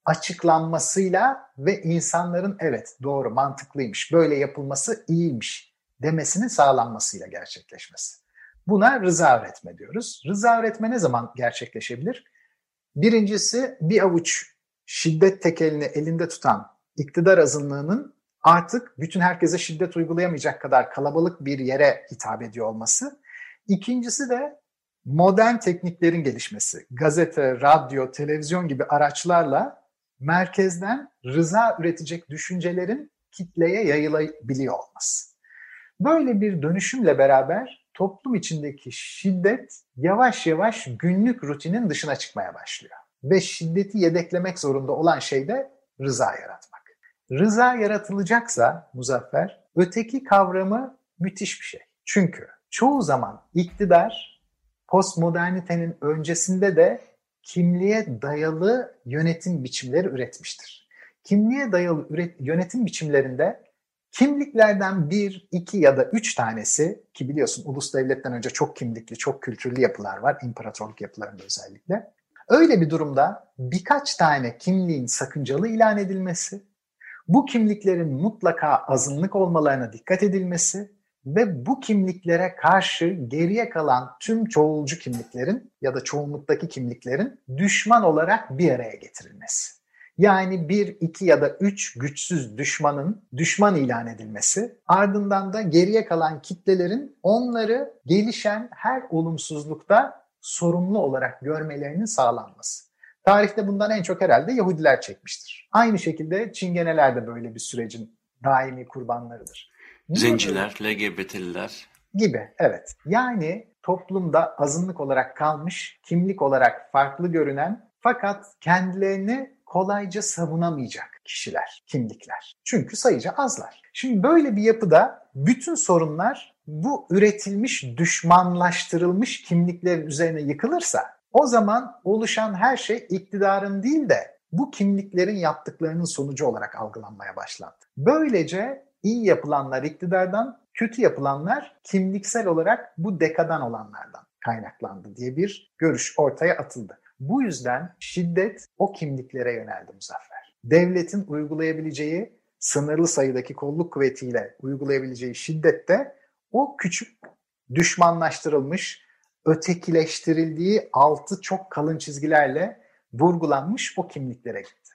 açıklanmasıyla ve insanların evet doğru, mantıklıymış, böyle yapılması iyiymiş demesinin sağlanmasıyla gerçekleşmesi. Buna rıza üretme diyoruz. Rıza üretme ne zaman gerçekleşebilir? Birincisi, bir avuç şiddet tekelini elinde tutan iktidar azınlığının artık bütün herkese şiddet uygulayamayacak kadar kalabalık bir yere hitap ediyor olması. İkincisi de modern tekniklerin gelişmesi. Gazete, radyo, televizyon gibi araçlarla merkezden rıza üretecek düşüncelerin kitleye yayılabiliyor olması. Böyle bir dönüşümle beraber toplum içindeki şiddet yavaş yavaş günlük rutinin dışına çıkmaya başlıyor. Ve şiddeti yedeklemek zorunda olan şey de rıza yaratmak. Rıza yaratılacaksa Muzaffer, öteki kavramı müthiş bir şey. Çünkü çoğu zaman iktidar postmodernitenin öncesinde de kimliğe dayalı yönetim biçimleri üretmiştir. Kimliğe dayalı üret- yönetim biçimlerinde kimliklerden bir, iki ya da üç tanesi, ki biliyorsun ulus devletten önce çok kimlikli, çok kültürlü yapılar var, imparatorluk yapılarında özellikle. Öyle bir durumda birkaç tane kimliğin sakıncalı ilan edilmesi, bu kimliklerin mutlaka azınlık olmalarına dikkat edilmesi ve bu kimliklere karşı geriye kalan tüm çoğulcu kimliklerin ya da çoğunluktaki kimliklerin düşman olarak bir araya getirilmesi. Yani bir, iki ya da üç güçsüz düşmanın düşman ilan edilmesi, ardından da geriye kalan kitlelerin onları gelişen her olumsuzlukta sorumlu olarak görmelerinin sağlanması. Tarihte bundan en çok herhalde Yahudiler çekmiştir. Aynı şekilde Çingeneler de böyle bir sürecin daimi kurbanlarıdır. Zenciler, L G B T'liler gibi, evet. Yani toplumda azınlık olarak kalmış, kimlik olarak farklı görünen fakat kendilerini kolayca savunamayacak kişiler, kimlikler. Çünkü sayıca azlar. Şimdi böyle bir yapıda bütün sorunlar bu üretilmiş, düşmanlaştırılmış kimliklerin üzerine yıkılırsa o zaman oluşan her şey iktidarın değil de bu kimliklerin yaptıklarının sonucu olarak algılanmaya başlandı. Böylece iyi yapılanlar iktidardan, kötü yapılanlar kimliksel olarak bu dekadan olanlardan kaynaklandı diye bir görüş ortaya atıldı. Bu yüzden şiddet o kimliklere yöneldi Muzaffer. Devletin uygulayabileceği sınırlı sayıdaki kolluk kuvvetiyle uygulayabileceği şiddet de o küçük düşmanlaştırılmış, ötekileştirildiği altı çok kalın çizgilerle vurgulanmış o kimliklere gitti.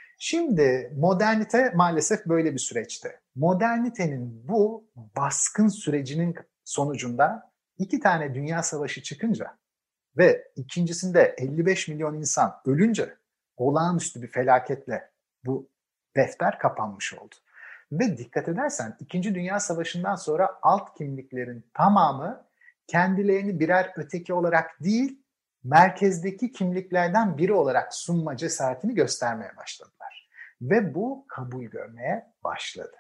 Şimdi modernite maalesef böyle bir süreçte. Modernitenin bu baskın sürecinin sonucunda iki tane dünya savaşı çıkınca ve ikincisinde elli beş milyon insan ölünce olağanüstü bir felaketle bu defter kapanmış oldu. Ve dikkat edersen İkinci Dünya Savaşı'ndan sonra alt kimliklerin tamamı kendilerini birer öteki olarak değil, merkezdeki kimliklerden biri olarak sunma cesaretini göstermeye başladılar. Ve bu kabul görmeye başladı.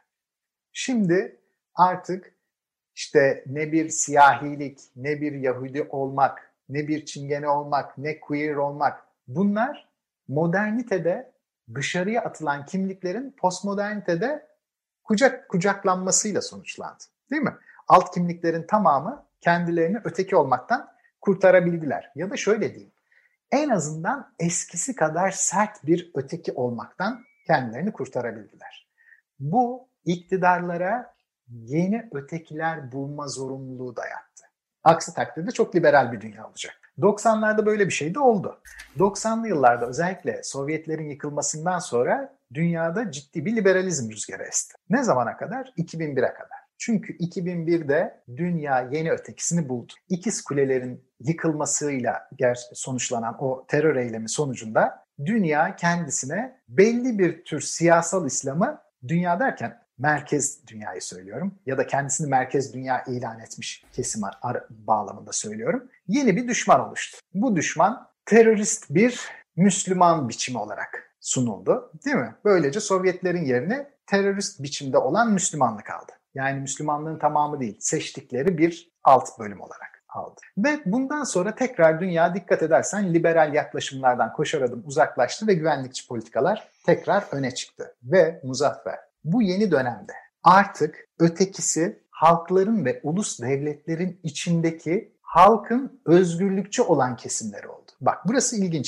Şimdi artık işte ne bir siyahilik, ne bir Yahudi olmak, ne bir Çingene olmak, ne queer olmak, bunlar modernitede dışarıya atılan kimliklerin postmodernitede kucak kucaklanmasıyla sonuçlandı. Değil mi? Alt kimliklerin tamamı kendilerini öteki olmaktan kurtarabildiler. Ya da şöyle diyeyim, en azından eskisi kadar sert bir öteki olmaktan kendilerini kurtarabildiler. Bu iktidarlara yeni ötekiler bulma zorunluluğu dayattı. Aksi takdirde çok liberal bir dünya olacak. doksanlarda böyle bir şey de oldu. doksanlı yıllarda özellikle Sovyetlerin yıkılmasından sonra dünyada ciddi bir liberalizm rüzgarı esti. Ne zamana kadar? iki bin bire kadar. Çünkü iki bin birde dünya yeni ötekisini buldu. İkiz Kulelerin yıkılmasıyla sonuçlanan o terör eylemi sonucunda dünya kendisine belli bir tür siyasal İslam'ı, dünya derken merkez dünyayı söylüyorum ya da kendisini merkez dünya ilan etmiş kesim bağlamında söylüyorum, yeni bir düşman oluştu. Bu düşman terörist bir Müslüman biçimi olarak sunuldu, değil mi? Böylece Sovyetlerin yerine terörist biçimde olan Müslümanlık aldı. Yani Müslümanlığın tamamı değil, seçtikleri bir alt bölüm olarak aldı. Ve bundan sonra tekrar dünya, dikkat edersen, liberal yaklaşımlardan koşar adım uzaklaştı ve güvenlikçi politikalar tekrar öne çıktı. Ve Muzaffer, bu yeni dönemde artık ötekisi halkların ve ulus devletlerin içindeki halkın özgürlükçü olan kesimleri oldu. Bak burası ilginçti.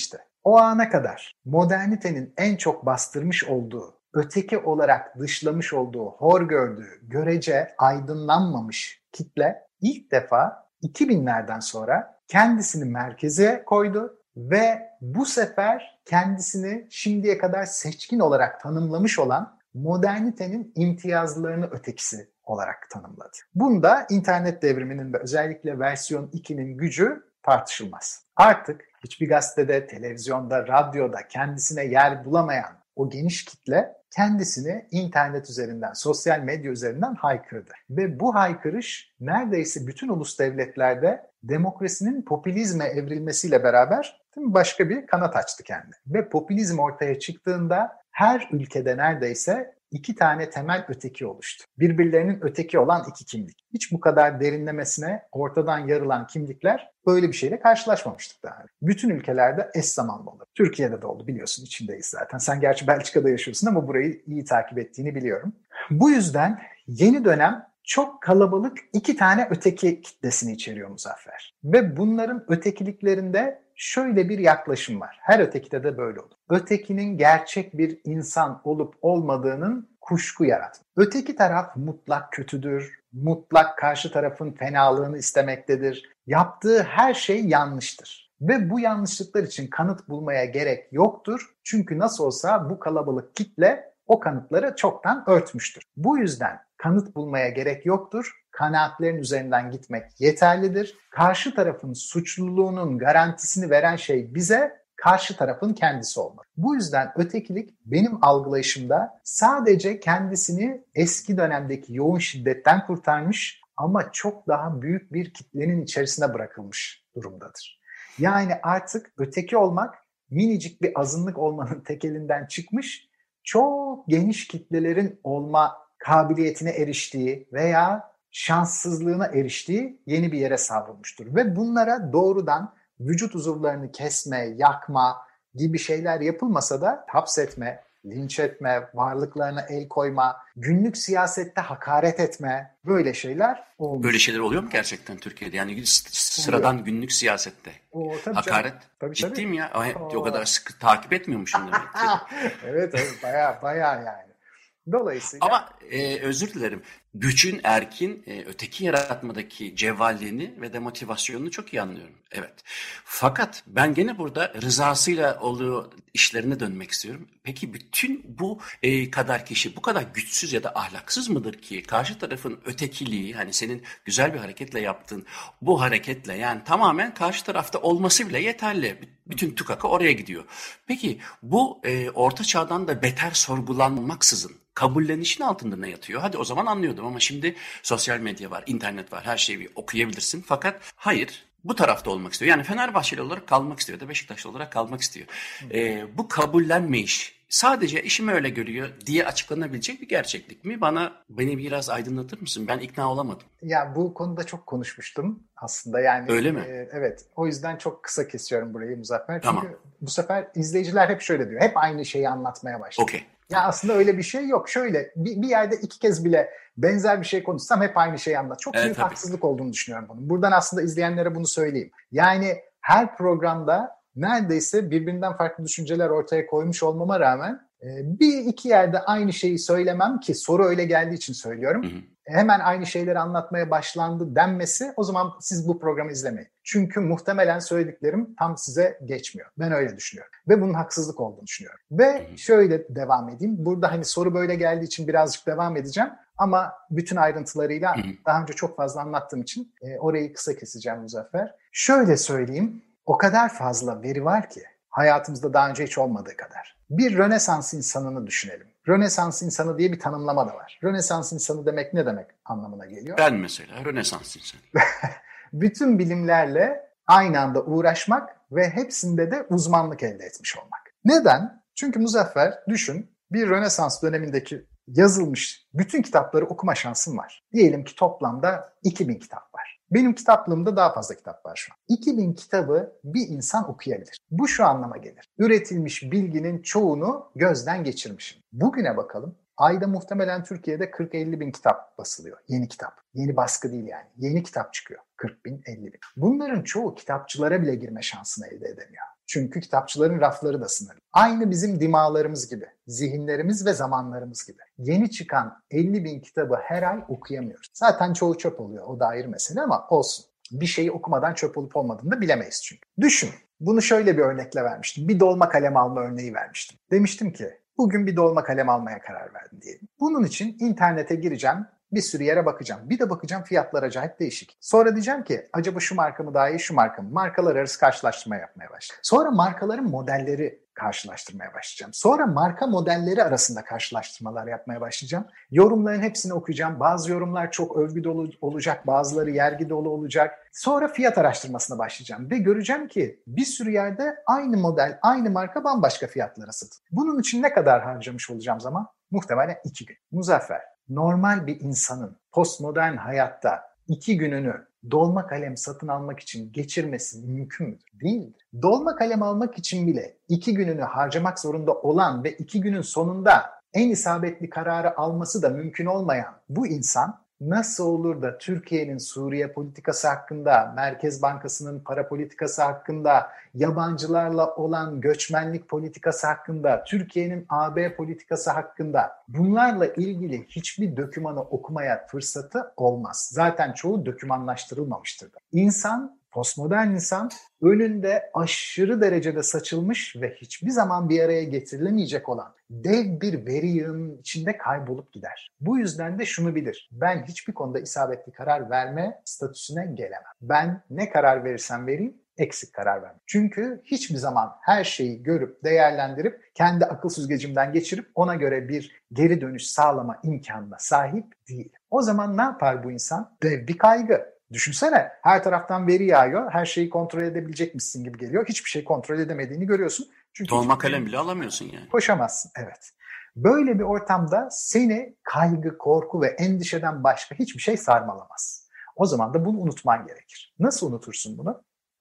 o ana kadar modernitenin en çok bastırmış olduğu, öteki olarak dışlamış olduğu, hor gördüğü, görece aydınlanmamış kitle ilk defa iki binlerden sonra kendisini merkeze koydu ve bu sefer kendisini şimdiye kadar seçkin olarak tanımlamış olan modernitenin imtiyazlarını ötekisi olarak tanımladı. Bunda internet devriminin ve özellikle versiyon ikinin gücü tartışılmaz. Artık hiçbir gazetede, televizyonda, radyoda kendisine yer bulamayan o geniş kitle kendisini internet üzerinden, sosyal medya üzerinden haykırdı. Ve bu haykırış neredeyse bütün ulus devletlerde demokrasinin popülizme evrilmesiyle beraber başka bir kanat açtı kendine. Ve popülizm ortaya çıktığında her ülkede neredeyse iki tane temel öteki oluştu. Birbirlerinin öteki olan iki kimlik. Hiç bu kadar derinlemesine ortadan yarılan kimlikler böyle bir şeyle karşılaşmamıştık daha önce. Bütün ülkelerde eş zamanlı oldu. Türkiye'de de oldu, biliyorsun, içindeyiz zaten. Sen gerçi Belçika'da yaşıyorsun ama burayı iyi takip ettiğini biliyorum. Bu yüzden yeni dönem çok kalabalık iki tane öteki kitlesini içeriyor Muzaffer. Ve bunların ötekiliklerinde şöyle bir yaklaşım var. Her ötekide de böyle olur. Ötekinin gerçek bir insan olup olmadığının kuşku yaratır. Öteki taraf mutlak kötüdür, mutlak karşı tarafın fenalığını istemektedir. Yaptığı her şey yanlıştır. Ve bu yanlışlıklar için kanıt bulmaya gerek yoktur. Çünkü nasıl olsa bu kalabalık kitle o kanıtları çoktan örtmüştür. Bu yüzden kanıt bulmaya gerek yoktur. Kanaatlerin üzerinden gitmek yeterlidir. Karşı tarafın suçluluğunun garantisini veren şey bize karşı tarafın kendisi olmalı. Bu yüzden ötekilik benim algılayışımda sadece kendisini eski dönemdeki yoğun şiddetten kurtarmış ama çok daha büyük bir kitlenin içerisine bırakılmış durumdadır. Yani artık öteki olmak minicik bir azınlık olmanın tekelinden çıkmış, çok geniş kitlelerin olma kabiliyetine eriştiği veya şanssızlığına eriştiği yeni bir yere savrulmuştur. Ve bunlara doğrudan vücut uzuvlarını kesme, yakma gibi şeyler yapılmasa da hapsetme, linç etme, varlıklarına el koyma, günlük siyasette hakaret etme, böyle şeyler olmuş. Böyle şeyler oluyor mu gerçekten Türkiye'de? Yani sıradan oluyor. Günlük siyasette. O, tabii hakaret. Tabii, Ciddi tabii. mi ya? Ay, o kadar sıkı takip etmiyormuşum demek ki. evet evet baya baya yani. Dolayısıyla... Ama e, özür dilerim. Güçün, erkin, e, öteki yaratmadaki cevvalliğini ve de motivasyonunu çok iyi anlıyorum. Evet. Fakat ben gene burada rızasıyla olduğu işlerine dönmek istiyorum. Peki bütün bu e, kadar kişi bu kadar güçsüz ya da ahlaksız mıdır ki karşı tarafın ötekiliği, hani senin güzel bir hareketle yaptığın bu hareketle, yani tamamen karşı tarafta olması bile yeterli. Bütün tükakı oraya gidiyor. Peki bu e, orta çağdan da beter sorgulanmaksızın kabullenişin altında ne yatıyor? Hadi o zaman anlıyordum ama şimdi sosyal medya var, internet var, her şeyi okuyabilirsin. Fakat hayır, bu tarafta olmak istiyor. Yani Fenerbahçeli olarak kalmak istiyor da Beşiktaşlı olarak kalmak istiyor. Ee, bu kabullenmeyiş sadece işimi öyle görüyor diye açıklanabilecek bir gerçeklik mi? Bana beni biraz aydınlatır mısın? Ben ikna olamadım. Ya bu konuda çok konuşmuştum aslında. Yani öyle mi? E, evet. O yüzden çok kısa kesiyorum burayı Muzaffer. Tamam. Çünkü bu sefer izleyiciler hep şöyle diyor. Hep aynı şeyi anlatmaya başlıyor. Okey. Ya aslında öyle bir şey yok. Şöyle bir, bir yerde iki kez bile benzer bir şey konuşsam hep aynı şeyi anlat. Çok evet, büyük tabii. haksızlık olduğunu düşünüyorum bunun. Buradan aslında izleyenlere bunu söyleyeyim. Yani her programda neredeyse birbirinden farklı düşünceler ortaya koymuş olmama rağmen bir iki yerde aynı şeyi söylemem ki soru öyle geldiği için söylüyorum. Hı hı. Hemen aynı şeyleri anlatmaya başlandı denmesi, o zaman siz bu programı izlemeyin. Çünkü muhtemelen söylediklerim tam size geçmiyor. Ben öyle düşünüyorum. Ve bunun haksızlık olduğunu düşünüyorum. Ve şöyle devam edeyim. Burada hani soru böyle geldiği için birazcık devam edeceğim. Ama bütün ayrıntılarıyla daha önce çok fazla anlattığım için orayı kısa keseceğim Muzaffer. Şöyle söyleyeyim. O kadar fazla veri var ki hayatımızda daha önce hiç olmadığı kadar. Bir Rönesans insanını düşünelim. Rönesans insanı diye bir tanımlama da var. Rönesans insanı demek ne demek anlamına geliyor? Ben mesela Rönesans insanı. Bütün bilimlerle aynı anda uğraşmak ve hepsinde de uzmanlık elde etmiş olmak. Neden? Çünkü Muzaffer, düşün, bir Rönesans dönemindeki yazılmış bütün kitapları okuma şansın var. Diyelim ki toplamda iki bin kitap var. Benim kitaplığımda daha fazla kitap var şu an. iki bin kitabı bir insan okuyabilir. Bu şu anlama gelir. Üretilmiş bilginin çoğunu gözden geçirmişim. Bugüne bakalım. Ayda muhtemelen Türkiye'de kırk elli bin kitap basılıyor. Yeni kitap. Yeni baskı değil yani. Yeni kitap çıkıyor. kırk bin, elli bin. Bunların çoğu kitapçılara bile girme şansını elde edemiyor. Çünkü kitapçıların rafları da sınırlı. Aynı bizim dimağlarımız gibi, zihinlerimiz ve zamanlarımız gibi. Yeni çıkan elli bin kitabı her ay okuyamıyoruz. Zaten çoğu çöp oluyor, o da ayrı mesele ama olsun. Bir şeyi okumadan çöp olup olmadığını da bilemeyiz çünkü. Düşün, bunu şöyle bir örnekle vermiştim. Bir dolma kalem alma örneği vermiştim. Demiştim ki, bugün bir dolma kalem almaya karar verdim diyelim. Bunun için internete gireceğim. Bir sürü yere bakacağım. Bir de bakacağım fiyatlar acayip değişik. Sonra diyeceğim ki acaba şu marka mı daha iyi, şu marka mı? Markalar arası karşılaştırma yapmaya başlayacağım. Sonra markaların modelleri karşılaştırmaya başlayacağım. Sonra marka modelleri arasında karşılaştırmalar yapmaya başlayacağım. Yorumların hepsini okuyacağım. Bazı yorumlar çok övgü dolu olacak, bazıları yergi dolu olacak. Sonra fiyat araştırmasına başlayacağım ve göreceğim ki bir sürü yerde aynı model, aynı marka bambaşka fiyatlara satılıyor. Bunun için ne kadar harcamış olacağım zaman? Muhtemelen iki gün. Muzaffer, normal bir insanın postmodern hayatta iki gününü dolma kalem satın almak için geçirmesi mümkün müdür? Değildir. Dolma kalem almak için bile iki gününü harcamak zorunda olan ve iki günün sonunda en isabetli kararı alması da mümkün olmayan bu insan nasıl olur da Türkiye'nin Suriye politikası hakkında, Merkez Bankası'nın para politikası hakkında, yabancılarla olan göçmenlik politikası hakkında, Türkiye'nin A B politikası hakkında bunlarla ilgili hiçbir dokümanı okumaya fırsatı olmaz. Zaten çoğu dokümanlaştırılmamıştır da. İnsan, postmodern insan önünde aşırı derecede saçılmış ve hiçbir zaman bir araya getirilemeyecek olan dev bir veri yığının içinde kaybolup gider. Bu yüzden de şunu bilir. Ben hiçbir konuda isabetli karar verme statüsüne gelemem. Ben ne karar verirsem vereyim eksik karar vermem. Çünkü hiçbir zaman her şeyi görüp değerlendirip kendi akıl süzgecimden geçirip ona göre bir geri dönüş sağlama imkanına sahip değil. O zaman ne yapar bu insan? Dev bir kaygı. Düşünsene, her taraftan veri yağıyor, her şeyi kontrol edebilecekmişsin gibi geliyor. Hiçbir şey kontrol edemediğini görüyorsun. Çünkü dolma kalem bile alamıyorsun yani. Koşamazsın, evet. Böyle bir ortamda seni kaygı, korku ve endişeden başka hiçbir şey sarmalamaz. O zaman da bunu unutman gerekir. Nasıl unutursun bunu?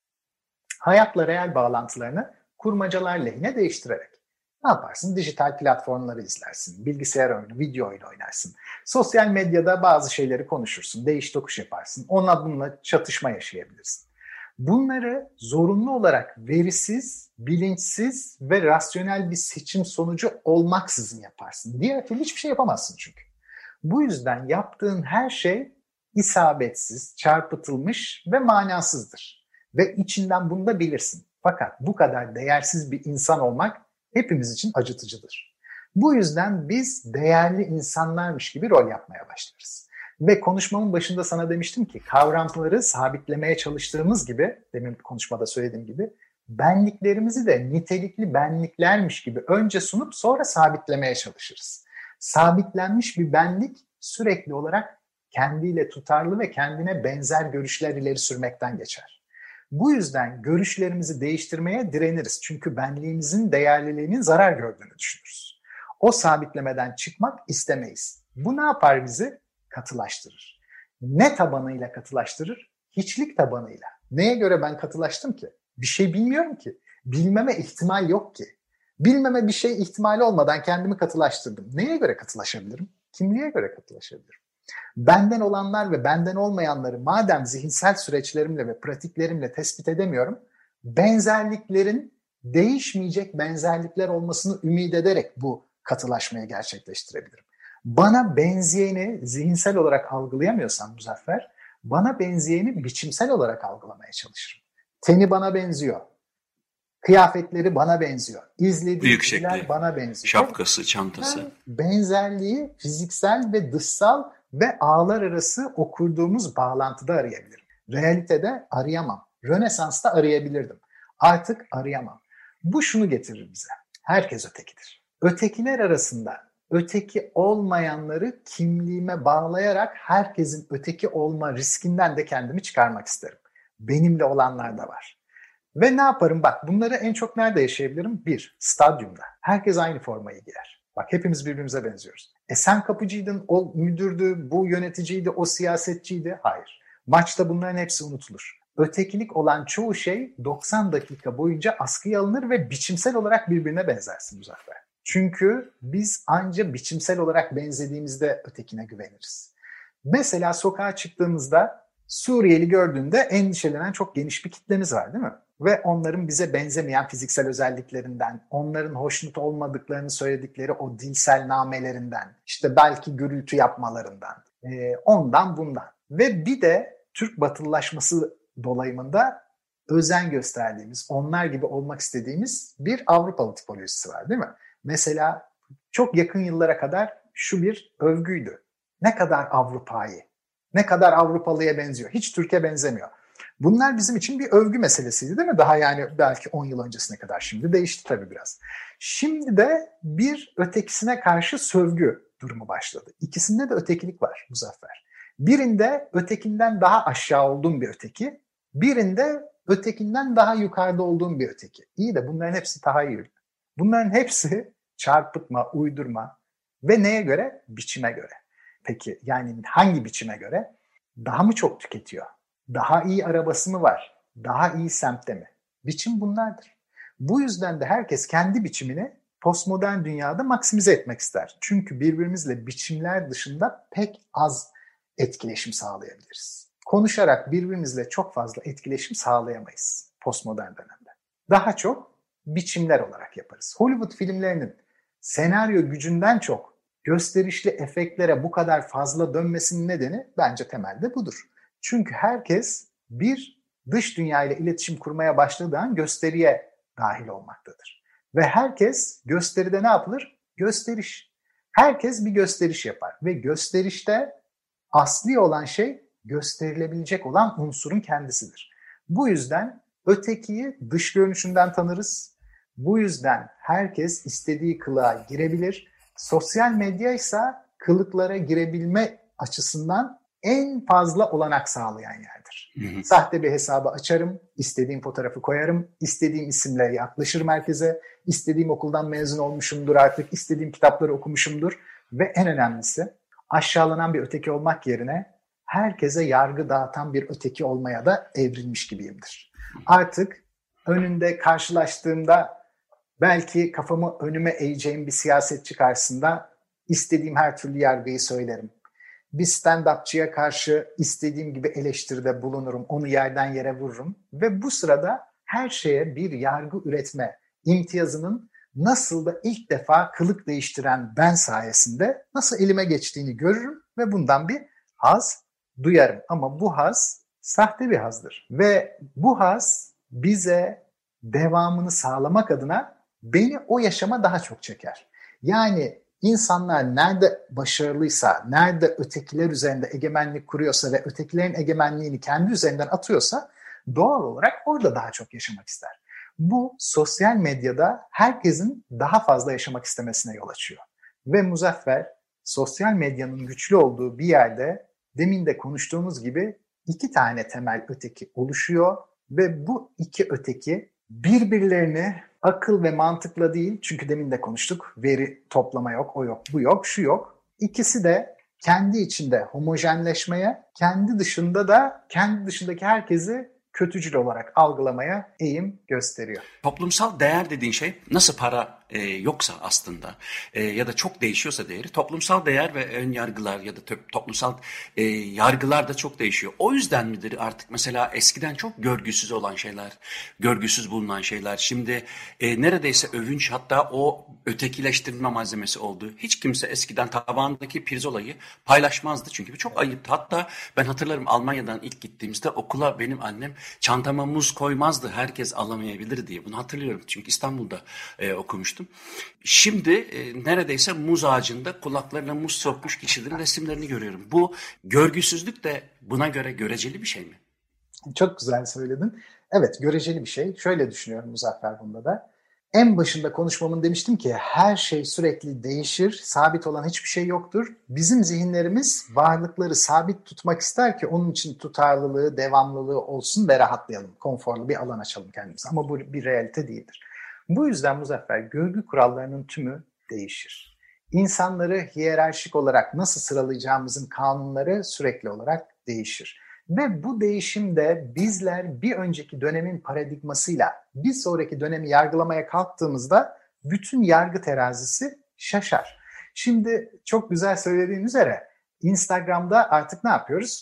Hayatla reel bağlantılarını kurmacalar lehine değiştirerek. Ne yaparsın? Dijital platformları izlersin, bilgisayar oyunu, video oyunu oynarsın. Sosyal medyada bazı şeyleri konuşursun, değiş tokuş yaparsın. Onunla bununla çatışma yaşayabilirsin. Bunları zorunlu olarak verisiz, bilinçsiz ve rasyonel bir seçim sonucu olmaksızın yaparsın. Diğer türlü hiçbir şey yapamazsın çünkü. Bu yüzden yaptığın her şey isabetsiz, çarpıtılmış ve manasızdır. Ve içinden bunu da bilirsin. Fakat bu kadar değersiz bir insan olmak hepimiz için acıtıcıdır. Bu yüzden biz değerli insanlarmış gibi rol yapmaya başlarız. Ve konuşmamın başında sana demiştim ki kavramları sabitlemeye çalıştığımız gibi, demin konuşmada söylediğim gibi, benliklerimizi de nitelikli benliklermiş gibi önce sunup sonra sabitlemeye çalışırız. Sabitlenmiş bir benlik sürekli olarak kendiyle tutarlı ve kendine benzer görüşler ileri sürmekten geçer. Bu yüzden görüşlerimizi değiştirmeye direniriz. Çünkü benliğimizin değerliliğinin zarar gördüğünü düşünürüz. O sabitlemeden çıkmak istemeyiz. Bu ne yapar bizi? Katılaştırır. Ne tabanıyla katılaştırır? Hiçlik tabanıyla. Neye göre ben katılaştım ki? Bir şey bilmiyorum ki. Bilmeme ihtimal yok ki. Bilmeme bir şey ihtimali olmadan kendimi katılaştırdım. Neye göre katılaşabilirim? Kimliğe göre katılaşabilirim. Benden olanlar ve benden olmayanları madem zihinsel süreçlerimle ve pratiklerimle tespit edemiyorum, benzerliklerin değişmeyecek benzerlikler olmasını ümit ederek bu katılaşmayı gerçekleştirebilirim. Bana benzeyeni zihinsel olarak algılayamıyorsam Muzaffer, bana benzeyeni biçimsel olarak algılamaya çalışırım. Teni bana benziyor. Kıyafetleri bana benziyor. İzlediği şeyler bana benziyor. Şapkası, çantası. Ben benzerliği fiziksel ve dışsal ve ağlar arası o kurduğumuz bağlantıda arayabilirim. Realitede arayamam. Rönesans'ta arayabilirdim. Artık arayamam. Bu şunu getirir bize. Herkes ötekidir. Ötekiler arasında öteki olmayanları kimliğime bağlayarak herkesin öteki olma riskinden de kendimi çıkarmak isterim. Benimle olanlar da var. Ve ne yaparım? Bak bunları en çok nerede yaşayabilirim? Bir, stadyumda. Herkes aynı formayı giyer. Bak hepimiz birbirimize benziyoruz. E sen kapıcıydın, o müdürdü, bu yöneticiydi, o siyasetçiydi. Hayır. Maçta bunların hepsi unutulur. Ötekilik olan çoğu şey doksan dakika boyunca askıya alınır ve biçimsel olarak birbirine benzersin Muzaffer. Çünkü biz anca biçimsel olarak benzediğimizde ötekine güveniriz. Mesela sokağa çıktığımızda Suriyeli gördüğünde endişelenen çok geniş bir kitlemiz var değil mi? ve onların bize benzemeyen fiziksel özelliklerinden, onların hoşnut olmadıklarını söyledikleri o dilsel namelerinden, işte belki gürültü yapmalarından, e, ondan bundan. Ve bir de Türk batılılaşması dolayımında özen gösterdiğimiz, onlar gibi olmak istediğimiz bir Avrupalı tipolojisi var değil mi? Mesela çok yakın yıllara kadar şu bir övgüydü. Ne kadar Avrupa'yı, ne kadar Avrupalıya benziyor. Hiç Türkiye benzemiyor. Bunlar bizim için bir övgü meselesiydi değil mi? Daha yani belki on yıl öncesine kadar. Şimdi değişti tabii biraz. Şimdi de bir ötekisine karşı sövgü durumu başladı. İkisinde de ötekilik var Muzaffer. Birinde ötekinden daha aşağı olduğum bir öteki, birinde ötekinden daha yukarıda olduğum bir öteki. İyi de bunların hepsi tahayyül. Bunların hepsi çarpıtma, uydurma ve neye göre? Biçime göre. Peki yani hangi biçime göre? Daha mı çok tüketiyor? Daha iyi arabası mı var? Daha iyi semtte mi? Biçim bunlardır. Bu yüzden de herkes kendi biçimini postmodern dünyada maksimize etmek ister. Çünkü birbirimizle biçimler dışında pek az etkileşim sağlayabiliriz. Konuşarak birbirimizle çok fazla etkileşim sağlayamayız postmodern dönemde. Daha çok biçimler olarak yaparız. Hollywood filmlerinin senaryo gücünden çok gösterişli efektlere bu kadar fazla dönmesinin nedeni bence temelde budur. Çünkü herkes bir dış dünya ile iletişim kurmaya başladığı an gösteriye dahil olmaktadır. Ve herkes gösteride ne yapılır? Gösteriş. Herkes bir gösteriş yapar. Ve gösterişte asli olan şey gösterilebilecek olan unsurun kendisidir. Bu yüzden ötekiyi dış görünüşünden tanırız. Bu yüzden herkes istediği kılığa girebilir. Sosyal medya ise kılıklara girebilme açısından en fazla olanak sağlayan yerdir. Hı hı. Sahte bir hesabı açarım, istediğim fotoğrafı koyarım, istediğim isimle yaklaşırım herkese, istediğim okuldan mezun olmuşumdur artık, istediğim kitapları okumuşumdur ve en önemlisi aşağılanan bir öteki olmak yerine herkese yargı dağıtan bir öteki olmaya da evrilmiş gibiyimdir. Artık önünde karşılaştığımda belki kafamı önüme eğeceğim bir siyasetçi karşısında istediğim her türlü yargıyı söylerim. Bir stand-upçıya karşı istediğim gibi eleştiride bulunurum, onu yerden yere vururum ve bu sırada her şeye bir yargı üretme imtiyazının nasıl da ilk defa kılık değiştiren ben sayesinde nasıl elime geçtiğini görürüm ve bundan bir haz duyarım. Ama bu haz sahte bir hazdır ve bu haz bize devamını sağlamak adına beni o yaşama daha çok çeker. Yani İnsanlar nerede başarılıysa, nerede ötekiler üzerinde egemenlik kuruyorsa ve ötekilerin egemenliğini kendi üzerinden atıyorsa doğal olarak orada daha çok yaşamak ister. Bu sosyal medyada herkesin daha fazla yaşamak istemesine yol açıyor. Ve Muzaffer, sosyal medyanın güçlü olduğu bir yerde demin de konuştuğumuz gibi iki tane temel öteki oluşuyor ve bu iki öteki birbirlerini akıl ve mantıkla değil, çünkü demin de konuştuk, veri toplama yok, o yok, bu yok, şu yok. İkisi de kendi içinde homojenleşmeye, kendi dışında da kendi dışındaki herkesi kötücül olarak algılamaya eğim gösteriyor. Toplumsal değer dediğin şey nasıl para e, yoksa aslında e, ya da çok değişiyorsa değeri, toplumsal değer ve ön yargılar ya da toplumsal e, yargılar da çok değişiyor. O yüzden midir artık mesela eskiden çok görgüsüz olan şeyler, görgüsüz bulunan şeyler şimdi e, neredeyse övünç, hatta o ötekileştirme malzemesi oldu. Hiç kimse eskiden tabağındaki pirzolayı paylaşmazdı çünkü bu çok ayıptı. Hatta ben hatırlarım Almanya'dan ilk gittiğimizde okula benim annem çantama muz koymazdı, herkes alamayabilir diye. Bunu hatırlıyorum çünkü İstanbul'da e, okumuştum. Şimdi e, neredeyse muz ağacında kulaklarına muz sokmuş kişilerin resimlerini görüyorum. Bu görgüsüzlük de buna göre göreceli bir şey mi? Çok güzel söyledin. Evet, göreceli bir şey. Şöyle düşünüyorum Muzaffer bunda da. En başında konuşmamın demiştim ki her şey sürekli değişir, sabit olan hiçbir şey yoktur. Bizim zihinlerimiz varlıkları sabit tutmak ister ki onun için tutarlılığı, devamlılığı olsun ve rahatlayalım. Konforlu bir alan açalım kendimize. Ama bu bir realite değildir. Bu yüzden Muzaffer, görgü kurallarının tümü değişir. İnsanları hiyerarşik olarak nasıl sıralayacağımızın kanunları sürekli olarak değişir. Ve bu değişimde bizler bir önceki dönemin paradigmasıyla bir sonraki dönemi yargılamaya kalktığımızda bütün yargı terazisi şaşar. Şimdi çok güzel söylediğin üzere Instagram'da artık ne yapıyoruz?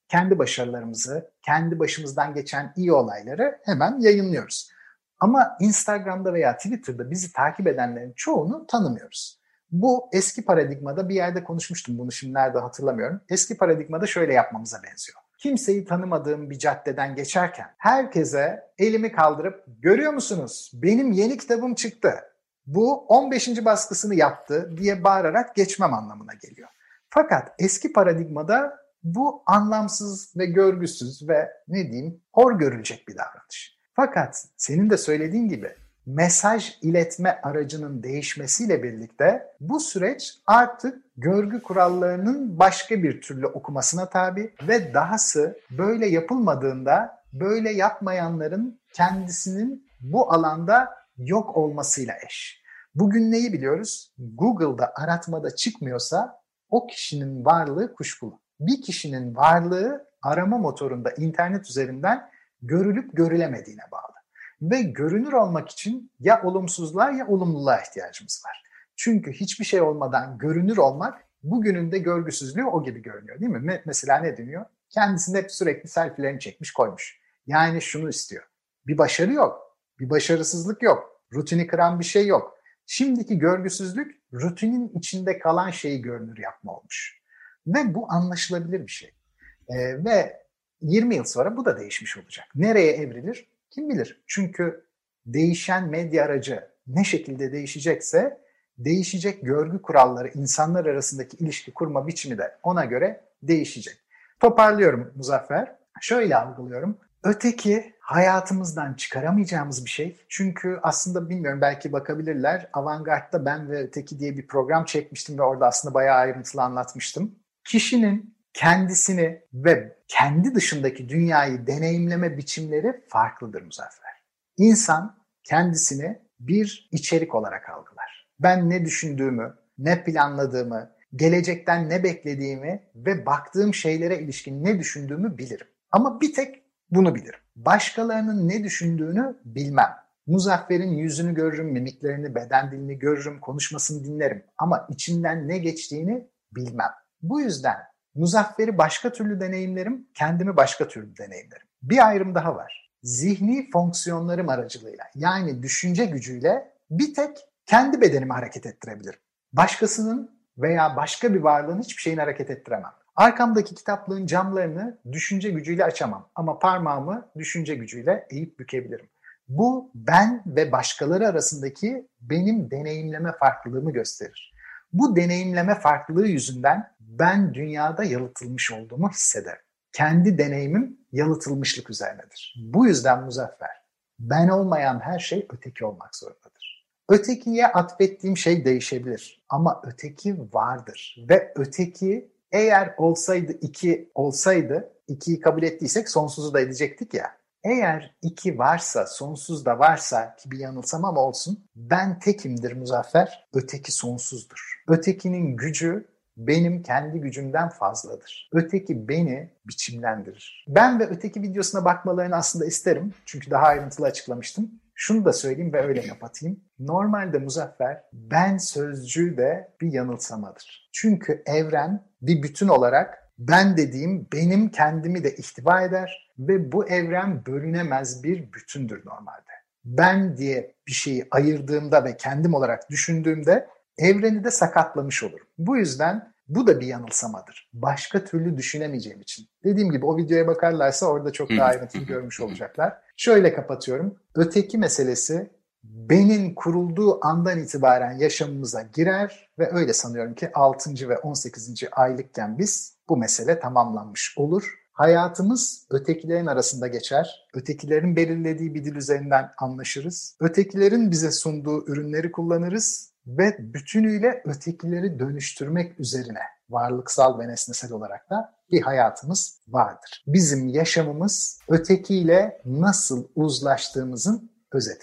kendi başarılarımızı, kendi başımızdan geçen iyi olayları hemen yayınlıyoruz. Ama Instagram'da veya Twitter'da bizi takip edenlerin çoğunu tanımıyoruz. Bu eski paradigmada bir yerde konuşmuştum bunu, şimdi nerede hatırlamıyorum. Eski paradigmada şöyle yapmamıza benziyor. Kimseyi tanımadığım bir caddeden geçerken herkese elimi kaldırıp görüyor musunuz? Benim yeni kitabım çıktı. Bu on beşinci baskısını yaptı diye bağırarak geçmem anlamına geliyor. Fakat eski paradigmada bu anlamsız ve görgüsüz ve ne diyeyim hor görülecek bir davranış. Fakat senin de söylediğin gibi mesaj iletme aracının değişmesiyle birlikte bu süreç artık görgü kurallarının başka bir türlü okumasına tabi ve dahası böyle yapılmadığında böyle yapmayanların kendisinin bu alanda yok olmasıyla eş. Bugün neyi biliyoruz? Google'da aratmada çıkmıyorsa o kişinin varlığı kuşkulu. Bir kişinin varlığı arama motorunda internet üzerinden görülüp görülemediğine bağlı. Ve görünür olmak için ya olumsuzluğa ya olumluluğa ihtiyacımız var. Çünkü hiçbir şey olmadan görünür olmak bugünün de görgüsüzlüğü o gibi görünüyor değil mi? Mesela ne deniyor? Kendisinde hep sürekli selfielerini çekmiş koymuş. Yani şunu istiyor. Bir başarı yok. Bir başarısızlık yok. Rutini kıran bir şey yok. Şimdiki görgüsüzlük rutinin içinde kalan şeyi görünür yapma olmuş. Ve bu anlaşılabilir bir şey. Ee, ve yirmi yıl sonra bu da değişmiş olacak. Nereye evrilir? Kim bilir? Çünkü değişen medya aracı ne şekilde değişecekse değişecek görgü kuralları, insanlar arasındaki ilişki kurma biçimi de ona göre değişecek. Toparlıyorum Muzaffer. Şöyle algılıyorum. Öteki hayatımızdan çıkaramayacağımız bir şey. Çünkü aslında bilmiyorum, belki bakabilirler. Avantgard'da Ben ve Öteki diye bir program çekmiştim ve orada aslında bayağı ayrıntılı anlatmıştım. Kişinin kendisini ve kendi dışındaki dünyayı deneyimleme biçimleri farklıdır Muzaffer. İnsan kendisini bir içerik olarak algılar. Ben ne düşündüğümü, ne planladığımı, gelecekten ne beklediğimi ve baktığım şeylere ilişkin ne düşündüğümü bilirim. Ama bir tek bunu bilirim. Başkalarının ne düşündüğünü bilmem. Muzaffer'in yüzünü görürüm, mimiklerini, beden dilini görürüm, konuşmasını dinlerim. Ama içinden ne geçtiğini bilmem. Bu yüzden Muzaffer'i başka türlü deneyimlerim, kendimi başka türlü deneyimlerim. Bir ayrım daha var. Zihni fonksiyonlarım aracılığıyla, yani düşünce gücüyle bir tek kendi bedenimi hareket ettirebilirim. Başkasının veya başka bir varlığın hiçbir şeyini hareket ettiremem. Arkamdaki kitaplığın camlarını düşünce gücüyle açamam ama parmağımı düşünce gücüyle eğip bükebilirim. Bu ben ve başkaları arasındaki benim deneyimleme farklılığımı gösterir. Bu deneyimleme farklılığı yüzünden ben dünyada yalıtılmış olduğumu hissederim. Kendi deneyimim yalıtılmışlık üzerinedir. Bu yüzden Muzaffer, ben olmayan her şey öteki olmak zorundadır. Ötekiye atfettiğim şey değişebilir ama öteki vardır ve öteki eğer olsaydı iki olsaydı, ikiyi kabul ettiysek sonsuzu da edecektik ya. Eğer iki varsa, sonsuz da varsa, ki bir yanılsamam olsun, ben tekimdir Muzaffer, öteki sonsuzdur. Ötekinin gücü benim kendi gücümden fazladır. Öteki beni biçimlendirir. Ben ve öteki videosuna bakmalarını aslında isterim. Çünkü daha ayrıntılı açıklamıştım. Şunu da söyleyeyim ve öyle kapatayım. Normalde Muzaffer, ben sözcüğü de bir yanılsamadır. Çünkü evren bir bütün olarak ben dediğim benim kendimi de ihtiva eder ve bu evren bölünemez bir bütündür normalde. Ben diye bir şeyi ayırdığımda ve kendim olarak düşündüğümde evreni de sakatlamış olurum. Bu yüzden bu da bir yanılsamadır. Başka türlü düşünemeyeceğim için. Dediğim gibi o videoya bakarlarsa orada çok daha ayrıntılı görmüş olacaklar. Şöyle kapatıyorum. Öteki meselesi benin kurulduğu andan itibaren yaşamımıza girer ve öyle sanıyorum ki altıncı ve on sekizinci aylıkken biz bu mesele tamamlanmış olur. Hayatımız ötekilerin arasında geçer. Ötekilerin belirlediği bir dil üzerinden anlaşırız. Ötekilerin bize sunduğu ürünleri kullanırız ve bütünüyle ötekileri dönüştürmek üzerine varlıksal ve nesnesel olarak da bir hayatımız vardır. Bizim yaşamımız ötekiyle nasıl uzlaştığımızın özetidir.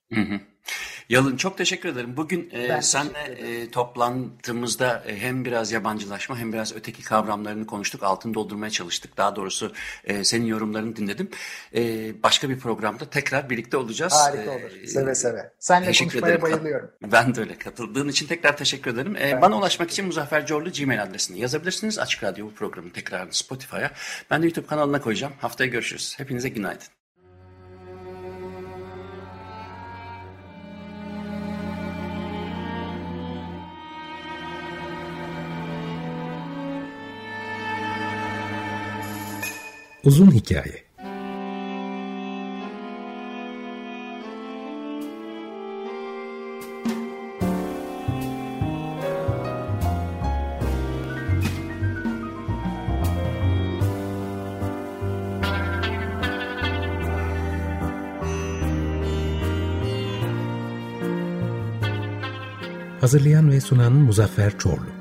Hı hı. Yalın, çok teşekkür ederim. Bugün e, senle e, toplantımızda e, hem biraz yabancılaşma hem biraz öteki kavramlarını konuştuk. Altını doldurmaya çalıştık. Daha doğrusu e, senin yorumlarını dinledim. E, başka bir programda tekrar birlikte olacağız. Harika olur. E, seve seve. Seninle konuşmaya ederim. bayılıyorum. Ben de öyle. Katıldığın için tekrar teşekkür ederim. E, bana ulaşmak için Muzaffer Corlu Gmail adresini yazabilirsiniz. Açık Radyo bu programın tekrarını Spotify'a. Ben de YouTube kanalına koyacağım. Haftaya görüşürüz. Hepinize günaydın. Uzun hikaye. Hazırlayan ve sunan Muzaffer Çorlu.